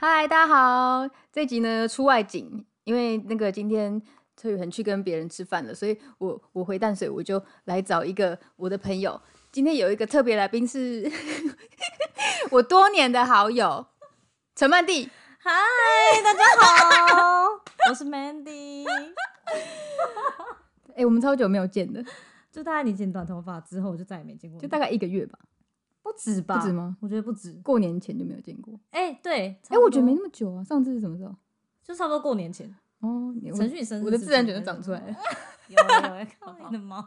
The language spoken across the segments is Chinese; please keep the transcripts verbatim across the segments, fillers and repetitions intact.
嗨，大家好！这集呢出外景，因为那个今天崔宇恒去跟别人吃饭了，所以我我回淡水我就来找一个我的朋友。今天有一个特别来宾是我多年的好友陈曼蒂。 嗨，大家好，我是 Mandy。 哎、欸，我们超久没有见的， 就大概你剪短头发之后，我就再也没见过你， 就大概一个月吧。 不止吧？ 不止吗？ 我觉得不止。 过年前就没有见过。 哎、欸，对， 哎、欸，我觉得没那么久啊。上次是什么时候？ 就差不多过年前。 哦， 陈旭生日， 我的自然卷就长出来了。 有有有，靠你的猫。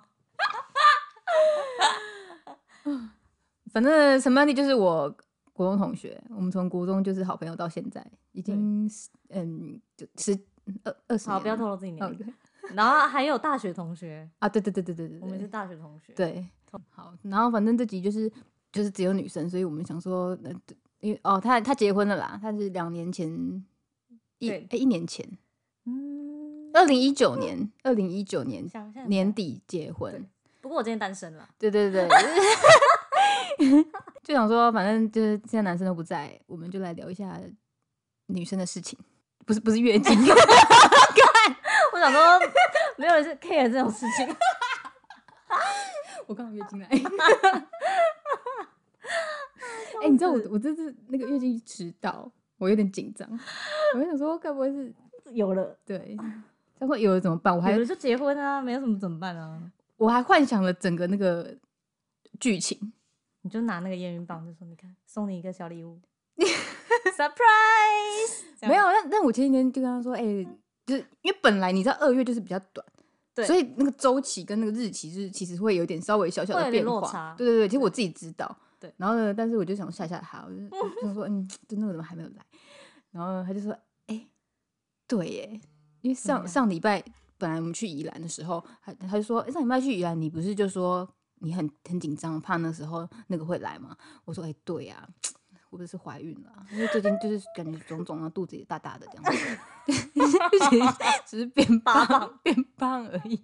反正陈曼蒂就是我国中同学，我们从国中就是好朋友到现在，已经嗯就十二二十年。 好，不要透露自己年龄。 哦然后还有大学同学啊，对对对对对对， 我们是大学同学。 对，好，然后反正这集就是就是只有女生，所以我们想说，呃、因为哦，他他结婚了啦，他是两年前一哎、欸、一年前，嗯，二零一九年，二零一九年年底结婚。 不过我今天单身了。 对对对，就想说，反正就是现在男生都不在，我们就来聊一下女生的事情，不是不是月经。 我想说，没有人是 care 这种事情。 我刚好月经来。哎、欸，你知道我我这次那个月经迟到，我有点紧张。我就想说，该不会是有了？ 对，他说有了怎么办？我还有了就结婚啊，没有什么怎么办啊？ 我还幻想了整个那个剧情， 你就拿那个验孕棒，就说你看，送你一个小礼物，surprise。 没有，但但我前几天就跟他说，哎、欸。就是因为本来你知道二月就是比较短，对，所以那个周期跟那个日期就是其实会有点稍微小小的变化， 落差。 对对对，其实我自己知道。 对， 然后呢，但是我就想吓吓他，我就我就想说，嗯，真的怎么还没有来？然后他就说，哎、欸，对耶，因为上上礼拜本来我们去宜兰的时候，他他就说，欸、上礼拜去宜兰，你不是就说你很很紧张，怕那时候那个会来吗？我说，哎、欸，对呀、啊。我不是怀孕了，因为最近就是感觉肿肿啊，肚子也大大的这样子，只是变胖变胖而已。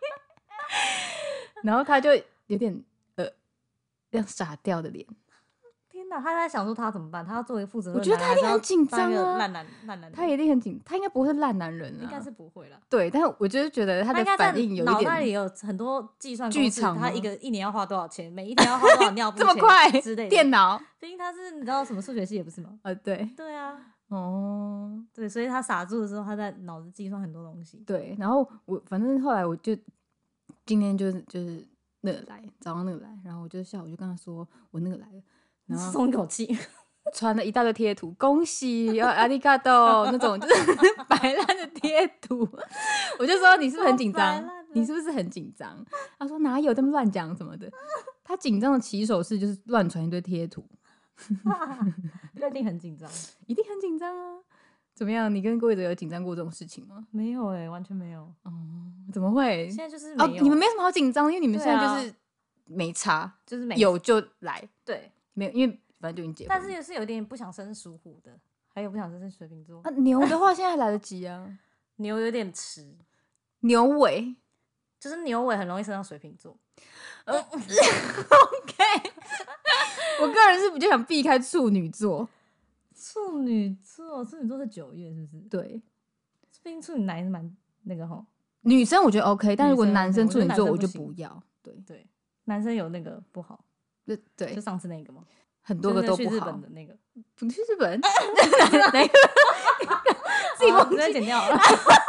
然后他就有点呃，这样傻掉的脸。 天哪，他在想说他怎么办？他要作为负责任的， 我觉得他一定很紧张啊， 烂男烂男， 他一定很紧，他应该不会是烂男人啊， 应该是不会啦。 对，但是我就是觉得他的反应有一点， 脑袋里有很多计算剧场， 他一个一年要花多少钱，每一天要花多少尿布钱， 这么快之类的。 电脑， 毕竟他是你知道什么数学系也不是吗？ 呃，对， 对啊， 哦， 对，所以他傻住的时候，他在脑子计算很多东西。 对，然后我反正后来我就今天就是就是那个来，早上那个来，然后我就下午就跟他说我那个来了。然后松一口气， 传了一大堆贴图，恭喜阿里嘎多那种就是摆烂的贴图。我就说你是不是很紧张？你是不是很紧张？他说哪有这么乱讲什么的。他紧张的起手式就是乱传一堆贴图。 他一定很紧张， 一定很紧张啊！怎么样？你跟郭伟哲有紧张过这种事情吗？ 没有哎、欸，完全没有。 哦，怎么会？ 现在就是没有、 哦，你们没什么好紧张，因为你们现在就是没差，啊、 就是没有就来。 对。 没有，因为反正就已经结婚了。 但是也是有点不想生属虎的，还有不想生水瓶座。 啊，牛的话现在还来得及啊， 牛有点迟， 牛尾就是牛尾很容易生到水瓶座。 呃、OK， 我个人是比较想避开处女座。 处女座，处女座是九月是不是？ 对， 毕竟处女男是蛮那个齁。 女生我觉得 OK， 但如果男生处女座我就不要。对对，男生有那个不好。 对对， 就上次那个吗？ 很多个都不好。 去日本的那个， 不去日本，哪个？自己忘记， 直接剪掉了。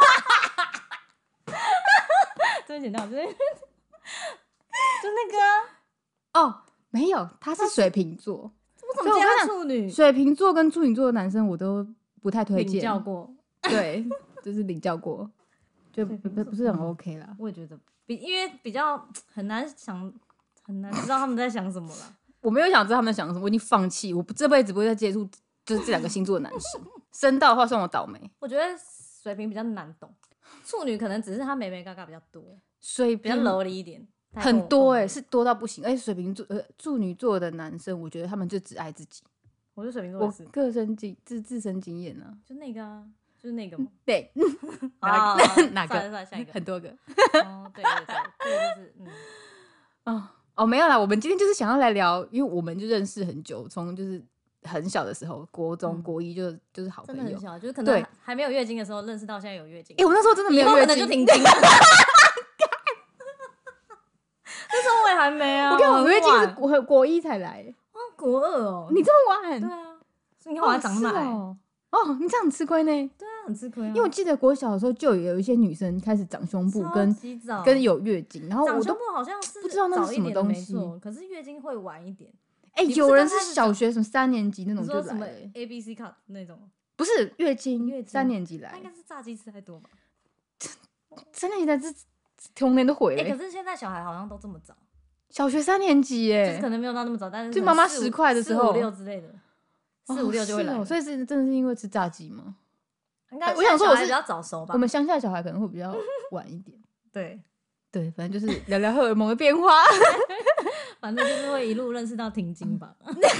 直接剪掉，直接就那个哦，没有，他是水瓶座。 我怎么见他处女？ 水瓶座跟处女座的男生我都不太推荐。 领教过， 对，就是领教过，就不不是很 OK 啦。 我也觉得，比因为比较很难想。很难知道他们在想什么啦。 我没有想知道他们在想什么，我已经放弃，我这辈子不会再接触就是这两个星座的男生。升到的话算我倒霉。 我觉得水瓶比较难懂，处女可能只是他眉眉嘎嘎比较多， 水比较柔理一点， 很多哎、欸，是多到不行。而且水瓶座呃处女座的男生，我觉得他们就只爱自己。 我觉得水瓶座也是， 我个人经自自身经验啊， 就那个啊，就是那个嘛。 对， 哪个哪个？ 算了算了，下一个， 很多个。 哦，对对对，这个就是嗯， 哦。哦，没有啦，我们今天就是想要来聊，因为我们就认识很久，从就是很小的时候，国中、 嗯国一就就是好朋友。 真的很小，就是可对能还没有月经的时候认识到现在有月经。 哎、我那时候真的没有以后月经， 可能就停经了。那时候我也还没啊， 我跟你讲，我月经是很晚国国一才来， 啊国二哦， 你这么晚？ 对啊，所以你看我还长那么矮， 哦是哦，哦，你这样很吃亏呢。 对啊，很吃亏啊。 因为我记得国小的时候就有一些女生开始长胸部超跟级早跟有月经，然后我都长胸部好像是不知道那是什么早一点的东西没错，可是月经会晚一点。 哎、 你不是有人刚开始是小学什么三年级那种就你说什么来了欸 A B C cut 那种？ 不是月经， 月经三年级来他应，该是炸鸡吃太多吧？ 三年级来这童年都毁了哎、 欸、 可是现在小孩好像都这么早， 小学三年级耶、 就是可能没有到那么早，但是就妈妈可能四五十块的时候四五六之类的，四五六就会来了。 哦是哦所以是真的是因为吃炸鸡吗？ 应该我想说我是现在小孩比较早熟吧。 我们乡下小孩可能会比较晚一点。 对， 对，反正就是聊聊荷尔蒙的变化。 反正就是会一路认识到停经吧。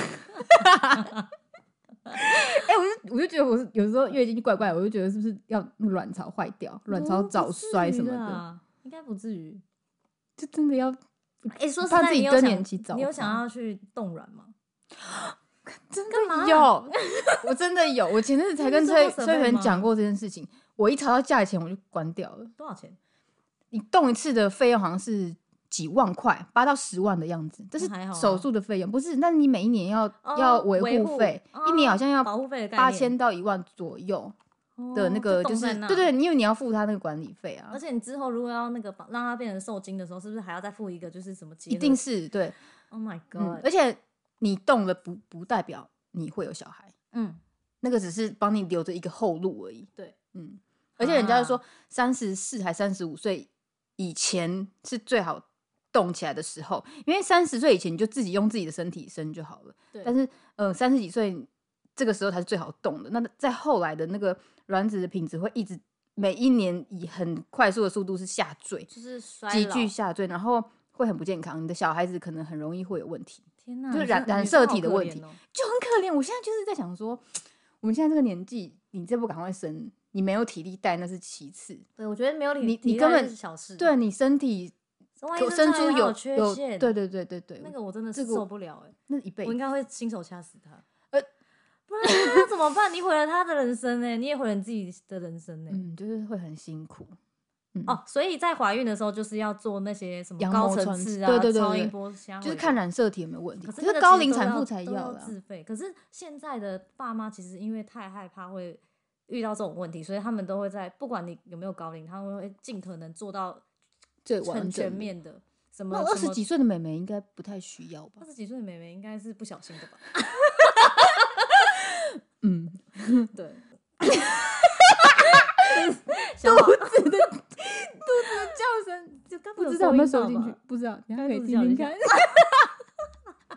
哎、我就我就觉得我是有时候月经怪怪的，我就觉得是不是要那个卵巢坏掉、卵巢早衰什么的， 的，应该不至于。 就真的要哎、说实怕在， 自己更你有想年期早你有想发要去冻卵吗？ 真干嘛的有，我真的有。我前阵子才跟你是崔崔做过准备吗元讲过这件事情，我一查到价钱我就关掉了。 多少钱？ 你动一次的费用好像是几万块，八到十万的样子，这是那还好啊手术的费用，不是？那你每一年要、 哦要维维护护费， 哦一年好像要保护费的概念八千到一万左右的那个，就是、 哦就冻在那对对，因为你要付他那个管理费啊而，且你之后如果要那个把让它变成受精的时候，是不是还要再付一个就是什么结合？ 一定是对， Oh my 嗯， god！ 而且你动了不不代表你会有小孩， 嗯， 那个只是帮你留着一个后路而已。 对， 嗯，而且人家就说啊三十四还三十五岁以前是最好动起来的时候，因为三十岁以前你就自己用自己的身体生就好了。 对但是呃，三十几岁这个时候才是最好动的。那在后来的那个卵子的品质会一直每一年以很快速的速度是下坠， 就是衰急老剧下坠，然后会很不健康。你的小孩子可能很容易会有问题， 天哪， 就是女生染染色体的问题女生好可怜哦就很可怜。我现在就是在想说，我们现在这个年纪，你再不赶快生，你没有体力带那是其次。 对，我觉得没有体你体态你根本是小事， 对你身体万一生出有有缺有陷， 对对对对对， 那个我真的是这个受不了哎、 那一辈子我应该会亲手掐死他。 呃不然他怎么办？你毁了他的人生呢、你也毁了你自己的人生呢、 嗯，就是会很辛苦。 哦，所以在怀孕的时候就是要做那些什么羊高层膜穿次啊、 对对对对超音波相位的， 就是看染色体有没有问题， 可是可是那个其实都高龄产妇要都要才要啦。 自费。可是现在的爸妈其实因为太害怕会遇到这种问题，所以他们都会在不管你有没有高龄，他们会尽可能做到最完很全整的。 面的。什么那二十什么几岁的妹妹应该不太需要吧二？十几岁的妹妹应该是不小心的吧？ 嗯， 对，小宝肚子的叫声就刚不知道有没有收收进去，不知道，等一下可以刚才肚子叫了一听听看下。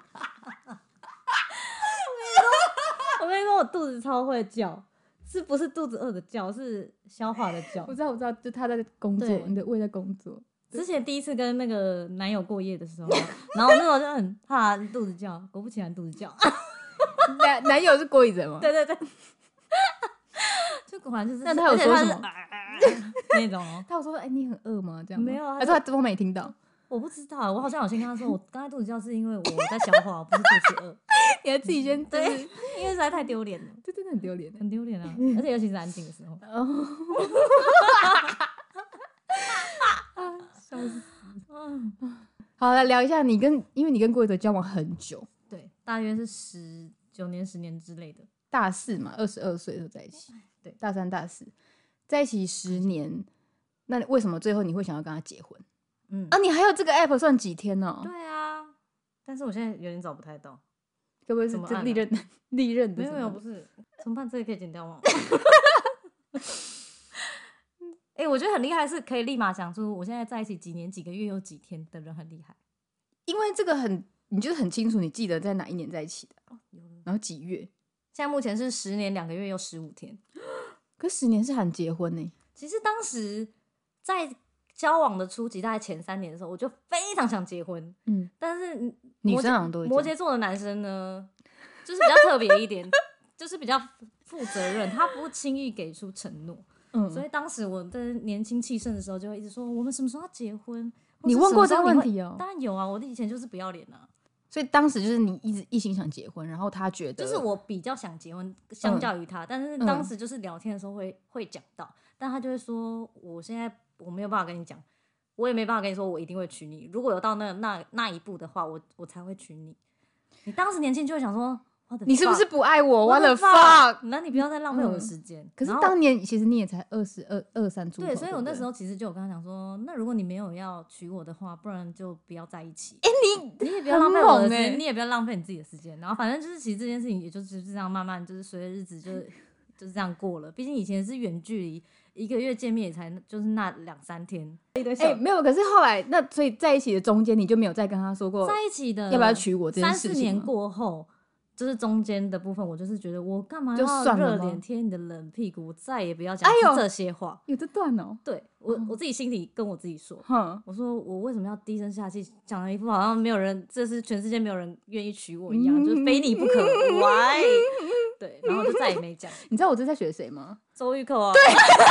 我跟你说，我肚子超会叫，是不是肚子饿的叫，是消化的叫我。知道，我知道，就他在工作对， 你的胃在工作。 之前第一次跟那个男友过夜的时候，然后那时候就很怕肚子叫，果不其然肚子叫。 男男友是郭以人吗？ 对对对，就果然就是。 那他有而且是说什么啊啊啊那种哦， 他有说：“哎、你很饿吗？”这样吗没有啊还是他都没听到？ 我不知道，我好像有先跟他说，我刚才肚子叫是因为我在消化，我不是肚子饿。 你还自己先对， 对， 因为实在太丢脸了， 这真的很丢脸。 很丢脸啊！而且尤其是安静的时候。 哦，笑死！ 嗯， 好，来聊一下你跟，因为你跟郭以德交往很久， 对，大约是十九年、十年之类的。 大四嘛，二十二岁的时候在一起， 对， 大三、大四在一起十年，那为什么最后你会想要跟他结婚？ 嗯， 啊，你还有这个 app 算几天呢、 对啊，但是我现在有点找不太到。 会不会是怎么按啊这历任历任的什么？ 没有没有，不是，怎么办？这个可以剪掉吗？哎、欸，我觉得很厉害，是可以立马想出我现在在一起几年、几个月有几天的人很厉害。 因为这个很，你就是很清楚，你记得在哪一年在一起的， 哦，有了。 然后几月。 现在目前是十年两个月又十五天。 可十年是含结婚呢、 其实当时在交往的初期，大概前三年的时候，我就非常想结婚。 嗯， 但是女摩羯生好像都会这样摩羯座的男生呢，就是比较特别一点，就是比较负责任，他不轻易给出承诺。 嗯， 所以当时我在年轻气盛的时候，就会一直说我们什么时候要结婚？ 你问过这个问或是什么时候你会题哦当然有啊，我的以前就是不要脸啊。 所以当时就是你一直一心想结婚，然后他觉得就是我比较想结婚，相较于他，嗯、但是当时就是聊天的时候会、嗯、会讲到，但他就会说，我现在我没有办法跟你讲，我也没办法跟你说我一定会娶你，如果有到那那那一步的话，我我才会娶你。你当时年轻就会想说， 你是不是不爱我 ？What the fuck？ 那你不要再浪费我的时间、嗯。 可是当年其实你也才二十二、二三出头， 对，所以我那时候其实就有跟他讲说，那如果你没有要娶我的话，不然就不要在一起。 哎、欸，你你也不要浪费我的时间、欸，你也不要浪费你自己的时间。然后反正就是，其实这件事情也就是这样慢慢就是随着日子就就是这样过了。毕竟以前是远距离，一个月见面也才就是那两三天。哎、 欸，没有，可是后来那所以在一起的中间，你就没有再跟他说过在一起的要不要娶我这件事情。 三四年过后。就是中间的部分，我就是觉得我干嘛要热脸贴你的冷屁股，我再也不要讲这些话。 有这段哦， 对我、嗯、我自己心里跟我自己说，嗯、我说我为什么要低声下气，讲了一副好像没有人，这是全世界没有人愿意娶我一样，嗯、就是非你不可。Why？ 对，然后就再也没讲。 你知道我这在学谁吗？ 周玉蔻啊。 对。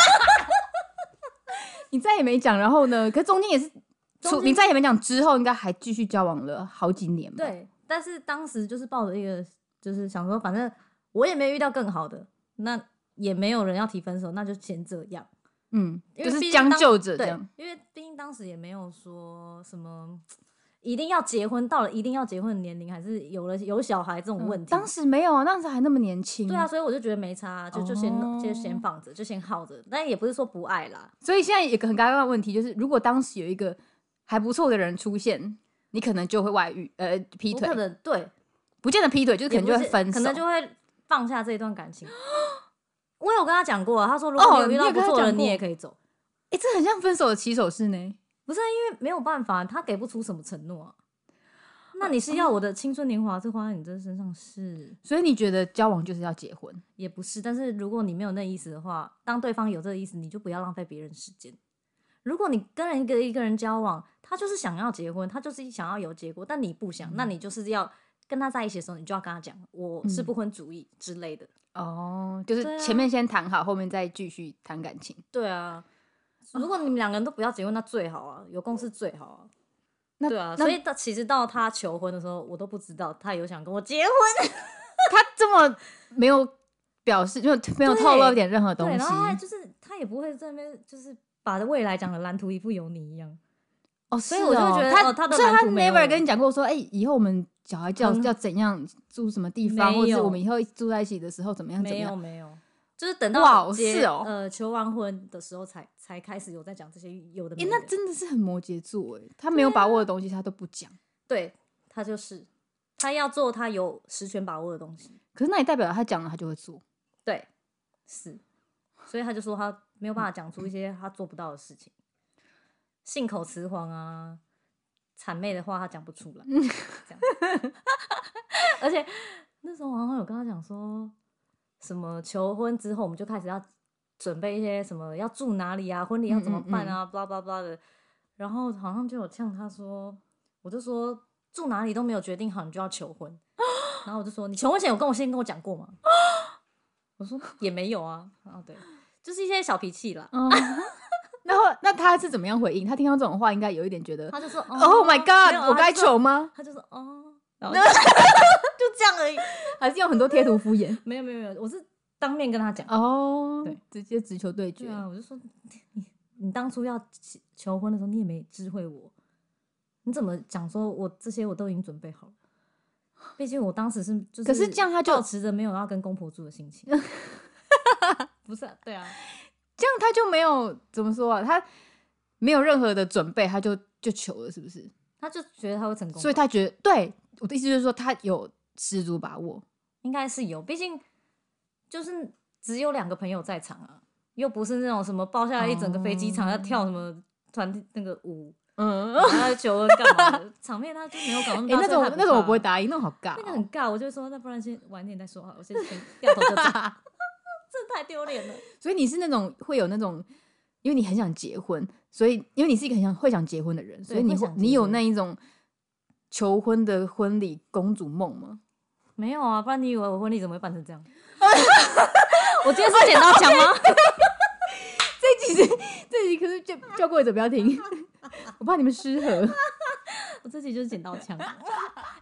你再也没讲，然后呢？可是中间也是，你再也没讲之后，应该还继续交往了好几年吧？ 对。但是当时就是抱着一个，就是想说，反正我也没遇到更好的，那也没有人要提分手，那就先这样。 嗯，就是将就着这样。 因为毕竟当时也没有说什么一定要结婚，到了一定要结婚的年龄，还是有了有小孩这种问题。 嗯、当时没有啊，当时还那么年轻。 对啊，所以我就觉得没差，就就先、哦、就先放着，就先耗着。但也不是说不爱啦。 所以现在有一个很尴尬的问题，就是如果当时有一个还不错的人出现。你可能就会外遇，呃，劈腿， 可能对， 不见得劈腿，就是可能就会分手， 可能就会放下这一段感情。我有跟他讲过，他说如果你有遇到不错的人，哦、你, 你也可以走。 哎、欸，这很像分手的起手式呢。 不是、啊、因为没有办法，他给不出什么承诺、啊。那你是要我的青春年华是花在你这身上是？ 所以你觉得交往就是要结婚？ 也不是，但是如果你没有那意思的话，当对方有这个意思，你就不要浪费别人时间。如果你跟一个一个人交往，他就是想要结婚，他就是想要有结果，但你不想，嗯、那你就是要跟他在一起的时候，你就要跟他讲，我是不婚主义之类的。 嗯、哦，就是前面先谈好，后面再继续谈感情。 对啊，如果你们两个人都不要结婚，那最好啊，有共识最好啊。那对啊，所以其实到他求婚的时候，我都不知道他有想跟我结婚。 他这么没有表示，就没有透露一点任何东西。 对，然后他就是他也不会在那边就是把未来讲的蓝图一副有你一样。 哦， 所以我就觉得他， 哦、他的所以他 never 跟你你讲过说，哎、欸，以后我们小孩要、嗯、要怎样住什么地方，或者我们以后住在一起的时候怎么样怎么样？ 没有没有，就是等到结是、哦、 呃求完婚的时候才才开始有在讲这些有的没的。 哎、欸，那真的是很摩羯座哎，他没有把握的东西他都不讲。 对，他就是他要做他有十全把握的东西。 可是那也代表他讲了他就会做。 对，是，所以他就说他没有办法讲出一些他做不到的事情。信口雌黄啊，谄媚的话他讲不出来，这样。而且那时候好像有跟他讲说，什么求婚之后我们就开始要准备一些什么要住哪里啊，婚礼要怎么办啊，巴拉巴拉的。然后好像就有呛他说，我就说住哪里都没有决定好，你就要求婚。然后我就说你求婚前有跟我先跟我讲过吗？我说也没有啊。啊，对，就是一些小脾气啦。嗯然后，那他是怎么样回应？他听到这种话，应该有一点觉得， 他就说 ：“Oh my god， 我该求吗？” 他就說哦，然後就就這樣而已， 還是用很多貼圖敷衍？ 沒有沒有沒有，我是當面跟他講哦， 對， 直接直球對決。 對啊，我就說你你當初要求婚的時候，你也沒知會我，你怎麼講說我這些我都已經準備好了？畢竟我當時是就是， 可是這樣他就抱持着沒有要跟公婆住的心情，不是、啊？對啊。 這樣他就沒有怎麼說啊？他沒有任何的準備，他就就求了，是不是？ 他就覺得他會成功， 所以他覺得，對，我的意思就是說，他有十足把握， 應該是有。畢竟就是只有兩個朋友在場啊，又不是那種什麼包下來一整個飛機場、哦、要跳什麼團那個舞，嗯，然後求婚幹嘛的場面，他就沒有搞那麼大。 哎、欸，那種那種我不會答應，那種好尬、哦， 那個很尬。我就說，那不然先晚點再說好，我先先掉頭就走。真的太丟臉了。 所以你是那種會有那種，因為你很想結婚，所以因為你是一個很想會想結婚的人，所以你會你有那一種求婚的婚禮公主夢嗎？ 沒有啊，不然你以為我婚禮怎麼會辦成這樣？我今天是剪刀牆嗎？ 這集是這集可是叫叫各位者不要聽，我怕你們失和。 我這集就是剪刀牆。哎、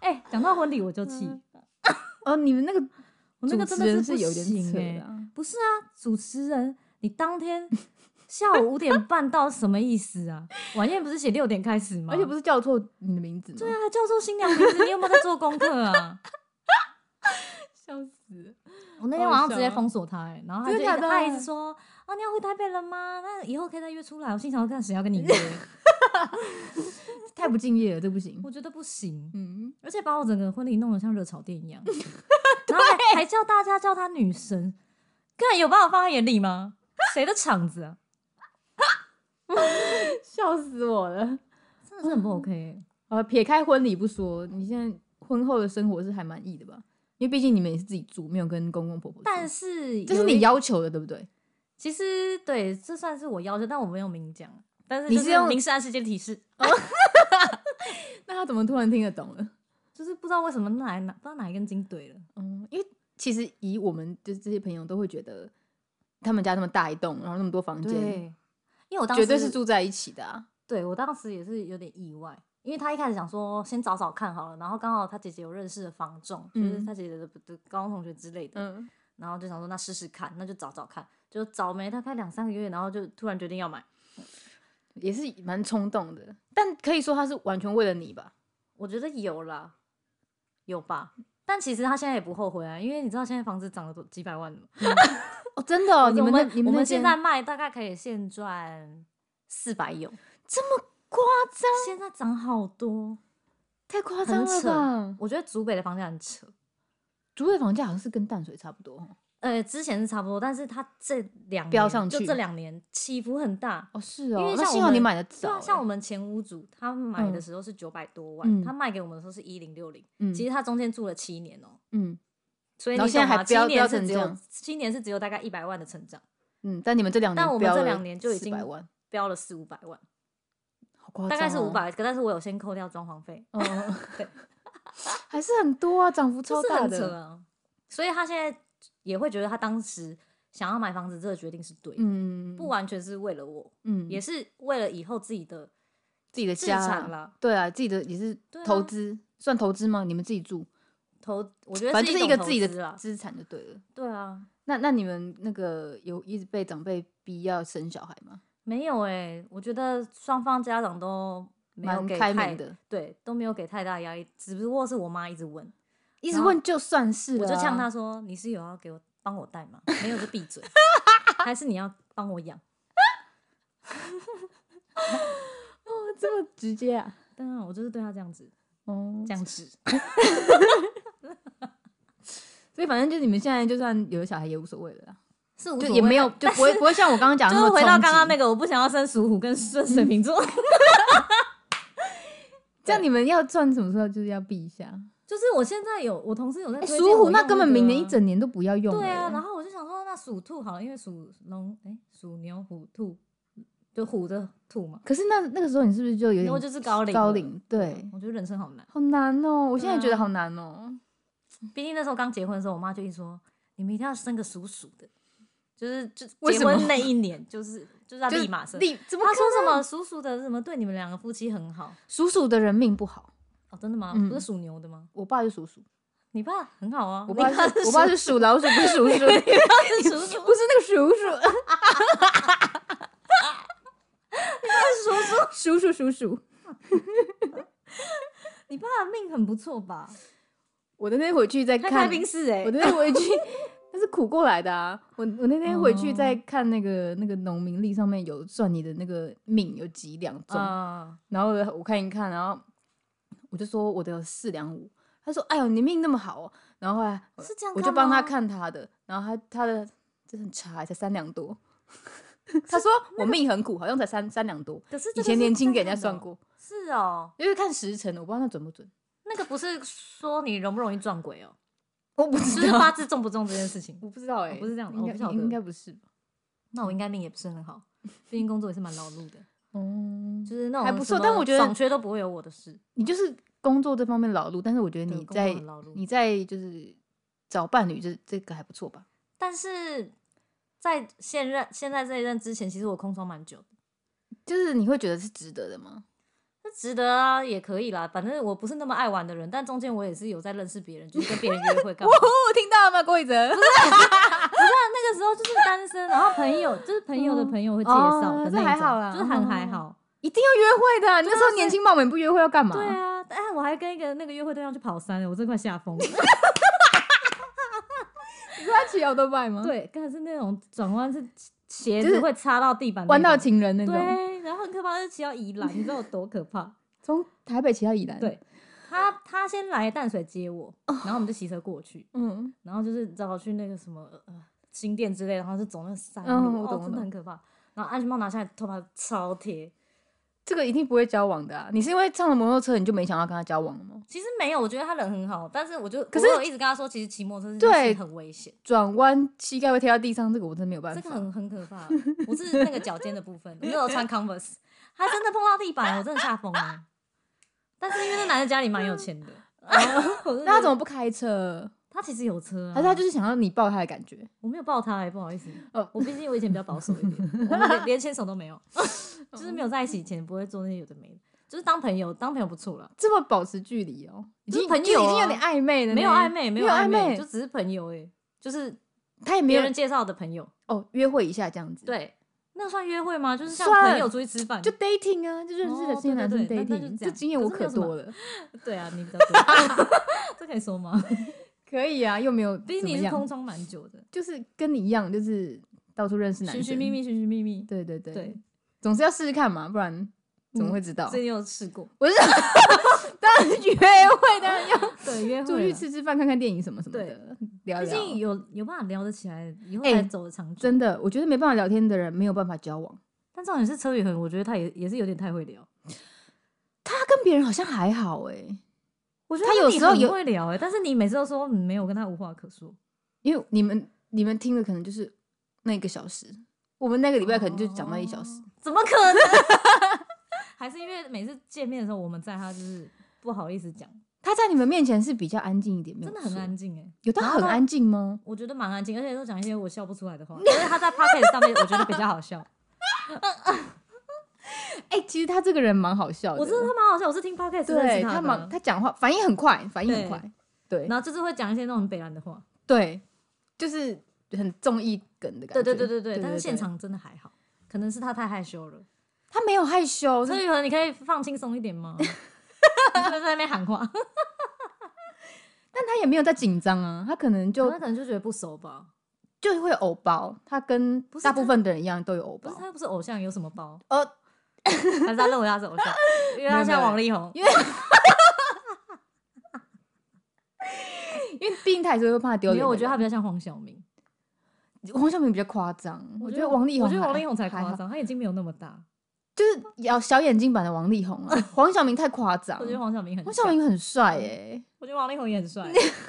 哎，讲到婚礼我就气。 哦，你们那个我那个真的是不是有点扯行哎、 啊。 不是啊，主持人你当天下午五点半到什么意思啊？晚宴不是写六点开始吗？ 而且不是叫错你的名字吗？ 对啊，还叫错新娘名字，你有没有在做功课啊？ 笑死！ 我那天晚上直接封锁他、欸，然后他就一直真的假的他一直说啊，你要回台北了吗？那以后可以再约出来。我心想，看谁要跟你约？ 太不敬业了，这不行。 我觉得不行， 嗯， 而且把我整个婚礼弄得像热炒店一样，然后还还叫大家叫她女神，看有把我放在眼里吗？谁的场子啊？ 笑死我了！ 真的是很不 OK 欸、 呃，撇开婚礼不说，你现在婚后的生活是还满意的吧？因为毕竟你们也是自己住，没有跟公公婆婆住。 但是这是你要求的，对不对？ 其实对，这算是我要求，但我没有明讲。但是你是用明示暗示间提示， 那他怎么突然听得懂了？ 就是不知道为什么哪哪不知道哪一根筋对了。 嗯，因为其实以我们就是这些朋友都会觉得，他们家那么大一栋，然后那么多房间， 对，因为我当时绝对是住在一起的啊。 对我当时也是有点意外，因为他一开始想说先找找看好了，然后刚好他姐姐有认识的房仲， 嗯就是他姐姐的的高中同学之类的， 嗯， 然后就想说那试试看，那就找找看，就找没大概两三个月，然后就突然决定要买。 也是蛮冲动的，但可以说他是完全为了你吧？ 我觉得有啦，有吧。但其实他现在也不后悔啊，因为你知道现在房子涨了多几百万了吗？ 哦，真的哦，你们那我们你们那间我们现在卖大概可以现赚四百有， 这么夸张， 现在涨好多， 太夸张了很扯吧？ 我觉得竹北的房价很扯。 竹北房价好像是跟淡水差不多哦。 呃，之前是差不多，但是它这两年飙上去就这两年起伏很大。 哦，是哦， 因为那幸好你像我们买的早欸， 对啊，像我们前屋主，他买的时候是九百多万， 嗯他卖给我们的时候是一零六零， 嗯其实他中间住了七年哦、 嗯所以然后现在你懂吗？七还飙飙年是只有成这样七年是只有大概一百万的成长， 嗯，但你们这两年但我们飙了这两年就已经四百万， 飙了四五百万， 好夸张哦， 大概是五百，可但是我有先扣掉装潢费， 嗯， 对， 还是很多啊，涨幅超就是很大的， 扯啊。所以他现在也会觉得他当时想要买房子这个决定是对的， 嗯， 不完全是为了我， 嗯， 也是为了以后自己的自己的资家啊产啦， 对啊，自己的也是对啊投资，算投资吗？你们自己住， 投，我觉得反正就是一一种个自己投资啦。 的资产就对了。 对啊， 那那你们那个有一直被长辈逼要生小孩吗？ 没有哎、我觉得双方家长都没有蛮给太开明的， 对，都没有给太大压力，只不过是我妈一直问， 一直问就算是了啊， 我就呛她说：“你是有要给我帮我带吗？没有就闭嘴，还是你要帮我养哦，这么直接啊？？” 当然，我就是对她这样子， 哦， 这样子。 所以反正就是你们现在就算有了小孩也无所谓了啦， 是无所谓就也没有的就不会不会像我刚刚讲的那么就是回到刚刚那个， 个，我不想要生属虎跟生水瓶座， 这样你们要算什么时候就是要避一下。 就是我现在有我同事有在哎， 推荐属虎那我用个根本明年一整年都不要用了欸。 对啊，然后我就想说，那属兔好了，因为属龙，哎，属牛、虎、兔，就虎的兔嘛。 可是那那个时候你是不是就有点然后就是高龄了高龄？对， 我觉得人生好难。 好难哦，我现在对啊觉得好难哦。 毕竟那时候刚结婚的时候，我妈就一直说，你们一定要生个属鼠的，就是就为什么结婚那一年，就是就是要就立马生。 立怎么她可能说什么属鼠的什么对你们两个夫妻很好属鼠的人命不好？ 哦，真的吗？ 嗯不是属牛的吗？ 我爸是属鼠， 你爸很好啊， 我爸你是我爸是属老鼠，不是属鼠， 你爸是属鼠， 不是那个鼠鼠， 属鼠， 鼠鼠鼠鼠。 你爸的命很不错吧？ 我那天回去再他看开宾士哎我，那天回去那是苦过来的啊！我我那天回去哦再看那个那个农民历上面有算你的那个命有几两重， 啊， 然后我看一看，然后我就说我的有四两五，他说哎呦你命那么好哦，然后后来是这样我就帮他吗， 看他的，然后他他的这很差，才三两多。他说我命很苦，好像才三三两多。以前可是这个是年轻给人家真的哦， 算过， 是哦， 因为看时辰，我不知道那准不准， 那个不是说你容不容易撞鬼哦， 我不就是知道， 八字重不重这件事情。 我不知道哎、 哦不是这样的应该我不晓得应该不是吧？ 那我应该命也不是很好，毕竟工作也是蛮劳碌的， 哦， 就是那种还不错什么但我觉得爽缺都不会有我的事。 你就是工作这方面劳碌，但是我觉得对工作你在很劳碌你在就是找伴侣这这个还不错吧？ 但是在现任现在这一任之前，其实我空窗蛮久的， 就是你会觉得是值得的吗？ 是值得啊，也可以啦。反正我不是那么爱玩的人，但中间我也是有在认识别人，就是跟别人约会干嘛。 我听到了吗，郭一哲？不是， 那个时候就是单身，然后朋友就是朋友的朋友会介绍的那种， 哦这还好啦就是很还好。 一定要约会的、啊，你那时候年轻貌美，不约会要干嘛？ 对啊，哎，我还跟一个那个约会对象去跑山了，我真快吓疯了。 你说他骑奥多拜吗？ 对，刚才是那种转弯是鞋子会擦到地板， 弯道情人那种。 对，然后很可怕，是骑到宜兰，你知道有多可怕？ 从台北骑到宜兰。 对，他他先来淡水接我，然后我们就骑车过去， 嗯， 然后就是找我去那个什么呃新店之类的，然后就走那个山路， 嗯我懂哦，真的很可怕。然后安全帽拿下来，头发超贴。 这个一定不会交往的啊！你是因为上了摩托车，你就没想要跟他交往了吗？ 其实没有，我觉得他人很好，但是我就可是我有一直跟他说，其实骑摩托车对很危险， 转弯膝盖会贴到地上，这个我真没有办法。 这个很很可怕。我是那个脚尖的部分，我那时候穿 Converse， 他真的碰到地板，我真的吓疯了。但是因为那男的家里蛮有钱的， 那他怎么不开车？ 他其实有车啊， 还是他就是想要你抱他的感觉？ 我没有抱他哎、欸，不好意思。 哦我毕竟我以前比较保守一点，我们连连牵手都没有，就是没有在一起以前不会做那些有的没的，就是当朋友，当朋友不错了。 这么保持距离哦，已经朋友、啊、 已经有点暧昧了。 没有暧昧，没有暧昧，就只是朋友哎、欸，就是他也没有别人介绍的朋友哦，约会一下这样子。 对，那算约会吗？就是像朋友出去吃饭， 就 dating 啊，就认识的新男生 dating，、哦、这经验我可多了。 对啊，你比较多，这可以说吗？ 可以啊，又没有， 毕竟你是空窗蛮久的， 就是跟你一样，就是到处认识男生， 寻寻觅觅，寻寻觅觅。 对对对对， 总是要试试看嘛，不然怎么会知道？ 嗯、所以你有试过？ 我是当然约会，当然要对约会出去吃吃饭、看看电影什么什么的，聊聊。 毕竟有有办法聊得起来，以后才走得长久、 欸。真的，我觉得没办法聊天的人没有办法交往。 但重点是车宇恒，我觉得他也也是有点太会聊。 他跟别人好像还好哎、欸。 我觉得他有时候也会聊哎、欸，但是你每次都说你没有跟他无话可说， 因为你们你们听的可能就是那个小时，我们那个礼拜可能就讲到一小时， 哦、怎么可能？还是因为每次见面的时候我们在，他就是不好意思讲。 他在你们面前是比较安静一点， 真的很安静哎、欸， 有到很安静吗？ 我觉得蛮安静，而且都讲一些我笑不出来的话，因为他在 podcast 上面我觉得比较好笑。 哎、欸，其实他这个人蛮好笑的， 我知道他蛮好笑，我是听 podcast 认识他的。 他蛮他讲话反应很快，反应很快，对， 然后就是会讲一些那种很北兰的话， 对，就是很综艺梗的感觉， 对对对对 对, 对。但是现场真的还好，可能是他太害羞了。 他没有害羞， 车宇恒，你可以放轻松一点吗？你就在那边喊话， 但他也没有在紧张啊，他可能就他可能就觉得不熟吧， 就会有偶包，他跟大部分的人一样都有偶包。 不是他不是偶像，有什么包？ 哦。 还是他认为他是偶像，因为他像王力宏， 因为因为毕竟他也是会怕丢脸。 因为我觉得他比较像黄晓明， 黄晓明比较夸张，我觉得王力宏， 我觉得王力宏才夸张，他眼睛没有那么大， 就是小眼睛版的王力宏啊。黄晓明太夸张， 我觉得黄晓明很， 黄晓明很帅哎、欸， 我觉得王力宏也很帅。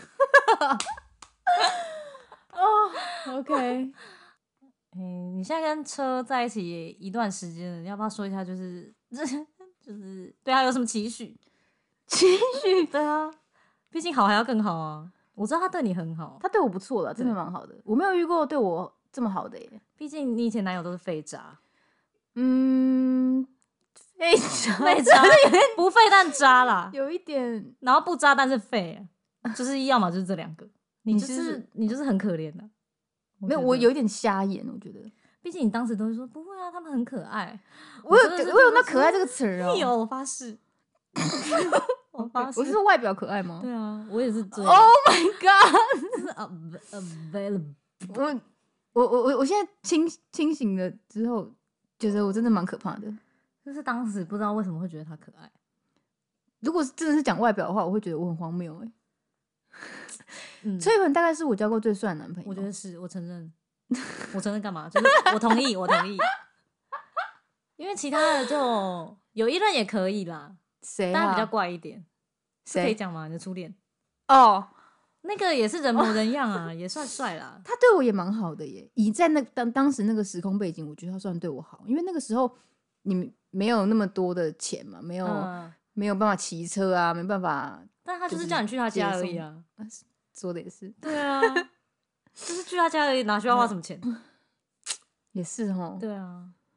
哦 ，OK。 嗯，你现在跟车在一起一段时间了，你要不要说一下？就是就是对他有什么期许？ 期许？ 对啊，毕竟好还要更好啊。我知道他对你很好， 他对我不错了，真的蛮好的。我没有遇过对我这么好的耶。 毕竟你以前男友都是废渣。 嗯，废渣， 废渣，不废但渣啦， 有一点。 然后不渣但是废，就是要么就是这两个。你就是、 是你就是很可怜的。 没有，我有一点瞎眼，我觉得。 毕竟你当时都会说不会啊，他们很可爱。 我有我有那可爱这个词哦、 喔，有，我发誓。我发誓， 我是说外表可爱吗？ 对啊，我也是追。 Oh my god！ 是 available。 我我我我我现在清清醒了之后，觉得我真的蛮可怕的。 就是当时不知道为什么会觉得他可爱。 如果真的是讲外表的话，我会觉得我很荒谬哎、欸。 嗯， 崔文大概是我交过最帅的男朋友， 我觉得是，我承认，我承认干嘛？就是我同意，我同意，因为其他的就有一任也可以啦， 谁、啊？ 但比较怪一点， 谁可以讲吗？你的初恋哦， 那个也是人模人样啊，也算帅啦。 他对我也蛮好的耶，以在那当当时那个时空背景，我觉得他算对我好，因为那个时候你没有那么多的钱嘛，没有、嗯、没有办法骑车啊，没办法。 但他就是叫你去他家而已啊。 说的也是， 对啊，就是去他家而已，哪需要花什么钱？ 也是齁。 对啊，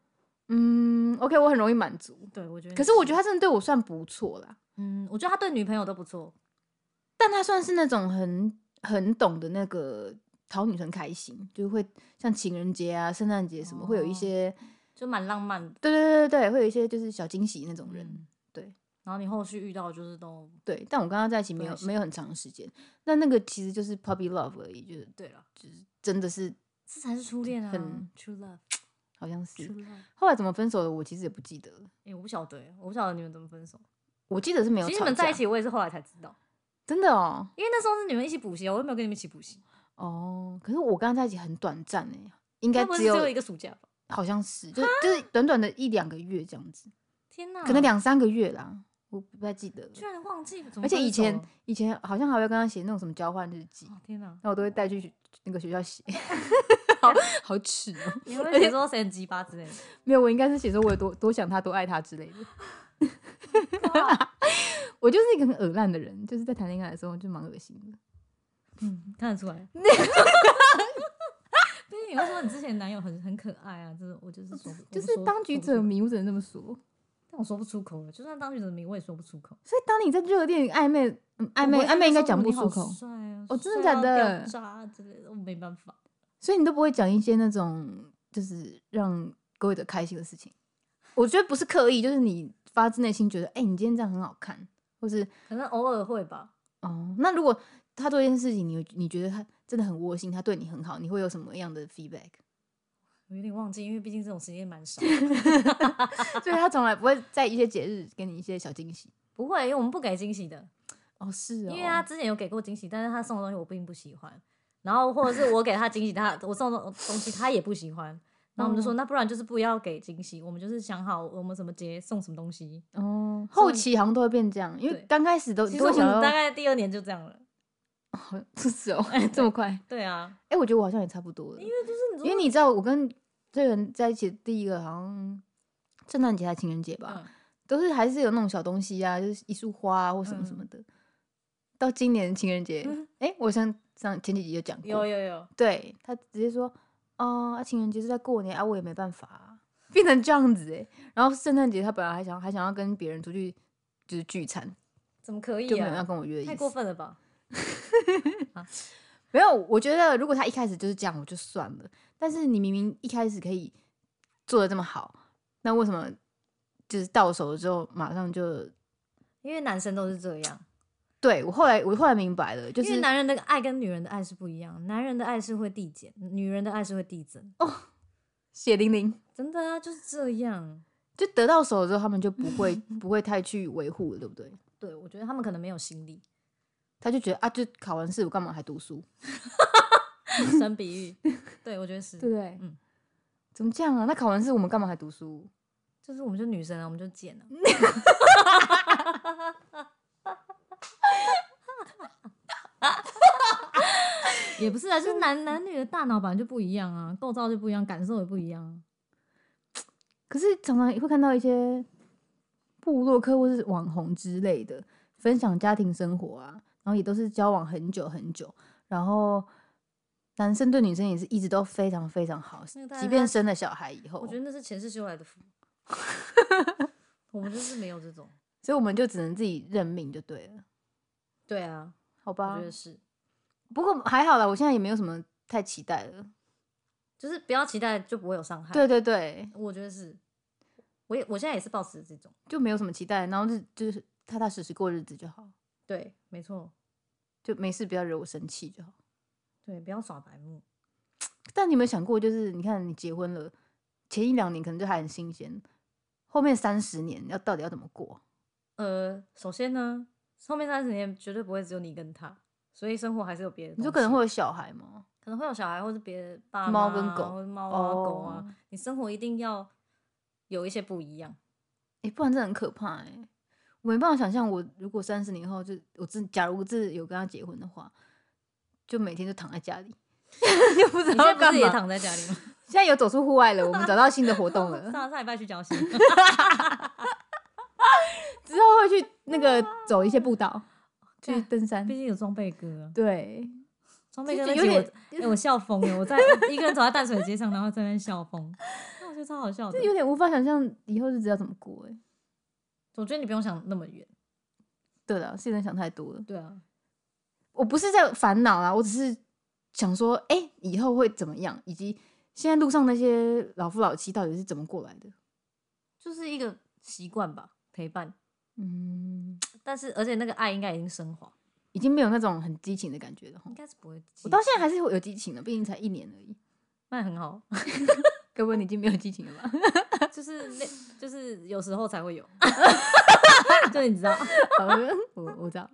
嗯 ，OK， 我很容易满足。 对，我觉得。 可是我觉得他真的对我算不错啦。 嗯，我觉得他对女朋友都不错， 但他算是那种很很懂得那个讨女生开心，就是会像情人节啊、圣诞节什么， 哦会有一些就蛮浪漫的。 对对对对，会有一些就是小惊喜那种人。 嗯对， 然后你后续遇到就是都对，但我跟他在一起没有没有很长时间，那那个其实就是 puppy love 而已，就是对了， 就是真的是这才是初恋啊， 很 true love， 好像是 true love。 后来怎么分手的，我其实也不记得了。 哎、我不晓得，我不晓得你们怎么分手。 我记得是没有吵架。 其实你们在一起，我也是后来才知道， 真的哦。 因为那时候是你们一起补习，我又没有跟你们一起补习。 哦，可是我跟他在一起很短暂哎，应该该不是只有只有一个暑假吧？ 好像是，就是就是短短的一两个月这样子， 天哪， 可能两三个月啦，我不太记得了。 居然忘记，怎么而且以前分手了以前好像还会跟他写那种什么交换日记， 哦天哪， 那我都会带去那个学校写，好好耻哦、 你会写说谁很鸡巴之类的？ 没有，我应该是写说我有多多想他，多爱他之类的。我就是一个很恶烂的人，就是在谈恋爱的时候就蛮恶心的。 嗯，看得出来。毕竟你会说你之前男友很很可爱啊，这个我就是说不， 就是当局者迷，我只能这么说。 但我说不出口了，就算当局者迷，我也说不出口。 所以当你在热恋暧昧，嗯，暧昧暧昧应该讲不出口。 帅啊！ 哦，真的假的？ 渣之类的，我没办法。 所以你都不会讲一些那种就是让勾引者开心的事情。我觉得不是刻意，就是你发自内心觉得，哎、欸，你今天这样很好看，或是可能偶尔会吧。 哦，那如果他做一件事情，你你觉得他真的很窝心，他对你很好，你会有什么样的 feedback？ 我有点忘记，因为毕竟这种时间蛮少， 所以他从来不会在一些节日给你一些小惊喜。 不会，因为我们不给惊喜的。 哦，是哦， 因为他之前有给过惊喜，但是他送的东西我并不喜欢，然后或者是我给他惊喜，他我送的东西他也不喜欢，然后我们就说、嗯、那不然就是不要给惊喜，我们就是想好我们什么节送什么东西。 哦，后期好像都会变这样，因为刚开始都其实我们大概第二年就这样了。 哦，是哦，这么快？ 对啊， 哎、欸，我觉得我好像也差不多了， 因为就是因为你知道我跟这个人在一起的第一个好像圣诞节还是情人节吧、嗯，都是还是有那种小东西啊，就是一束花啊或什么什么的。嗯、到今年情人节，哎、嗯欸，我上上前几集有讲过， 有有有， 对他直接说，哦、啊，情人节是在过年啊，我也没办法、啊，变成这样子哎、欸。然后圣诞节他本来还想还想要跟别人出去就是聚餐， 怎么可以、啊？ 就没有要跟我约的意思， 太过分了吧？ 啊、没有，我觉得如果他一开始就是这样，我就算了。但是你明明一开始可以做的这么好，那为什么就是到手了之后马上就？ 因为男生都是这样。 对，我后来我后来明白了，就是因为男人的爱跟女人的爱是不一样，男人的爱是会递减，女人的爱是会递增。 哦，血淋淋， 真的啊，就是这样。 就得到手了之后，他们就不会不会太去维护了，对不对？ 对，我觉得他们可能没有心力。 他就觉得啊，就考完试，我干嘛还读书？ 神比喻，对我觉得是， 对不对？ 嗯， 怎么这样啊？那考完试我们干嘛还读书？ 就是我们就女生啊，我们就贱啊。也不是啊，就是男男女的大脑本来就不一样啊，构造就不一样，感受也不一样、啊。 可是常常会看到一些部落客或是网红之类的。分享家庭生活啊，然后也都是交往很久很久，然后男生对女生也是一直都非常非常好，即便生了小孩以后， 我觉得那是前世修来的福。我们就是没有这种， 所以我们就只能自己认命就对了。 对啊， 好吧， 我觉得是。 不过还好啦，我现在也没有什么太期待了， 就是不要期待就不会有伤害。 对对对， 我觉得是，我也我现在也是抱持这种， 就没有什么期待，然后就就是踏踏实实过日子就好。 对，没错， 就没事，不要惹我生气就好。 对，不要耍白目。 但你有没有想过，就是你看你结婚了，前一两年可能就还很新鲜，后面三十年要到底要怎么过？ 呃，首先呢，后面三十年绝对不会只有你跟他，所以生活还是有别的。 你说可能会有小孩吗？ 可能会有小孩，或是别的爸妈、 猫跟狗， 或者猫啊、 哦、 狗啊，你生活一定要有一些不一样。 哎、欸，不然真的很可怕哎、欸。我没办法想象，我如果三十年后就我真假如真有跟他结婚的话，就每天就躺在家里，就不知道干嘛。 你现在不是也躺在家里吗？ 现在有走出户外了，我们找到新的活动了。 上上礼拜去礁溪， 之后会去那个走一些步道，去登山。 毕竟有装备哥、啊。对，装备哥那集我，哎、欸，我笑疯了。我在一个人走在淡水街上，然后在那笑疯。 觉得超好笑的， 这有点无法想象以后日子要怎么过哎、欸。 我觉得你不用想那么远。 对了，是有点想太多了。 对啊， 我不是在烦恼啦，我只是想说，哎、欸，以后会怎么样，以及现在路上那些老夫老妻到底是怎么过来的？ 就是一个习惯吧，陪伴。 嗯， 但是而且那个爱应该已经升华， 已经没有那种很激情的感觉了。 应该是不会。 我到现在还是会有激情的，毕竟才一年而已。 那很好。 各位，你已经没有激情了吧？ 就是那，就是有时候才会有。就你知道， 我我知道，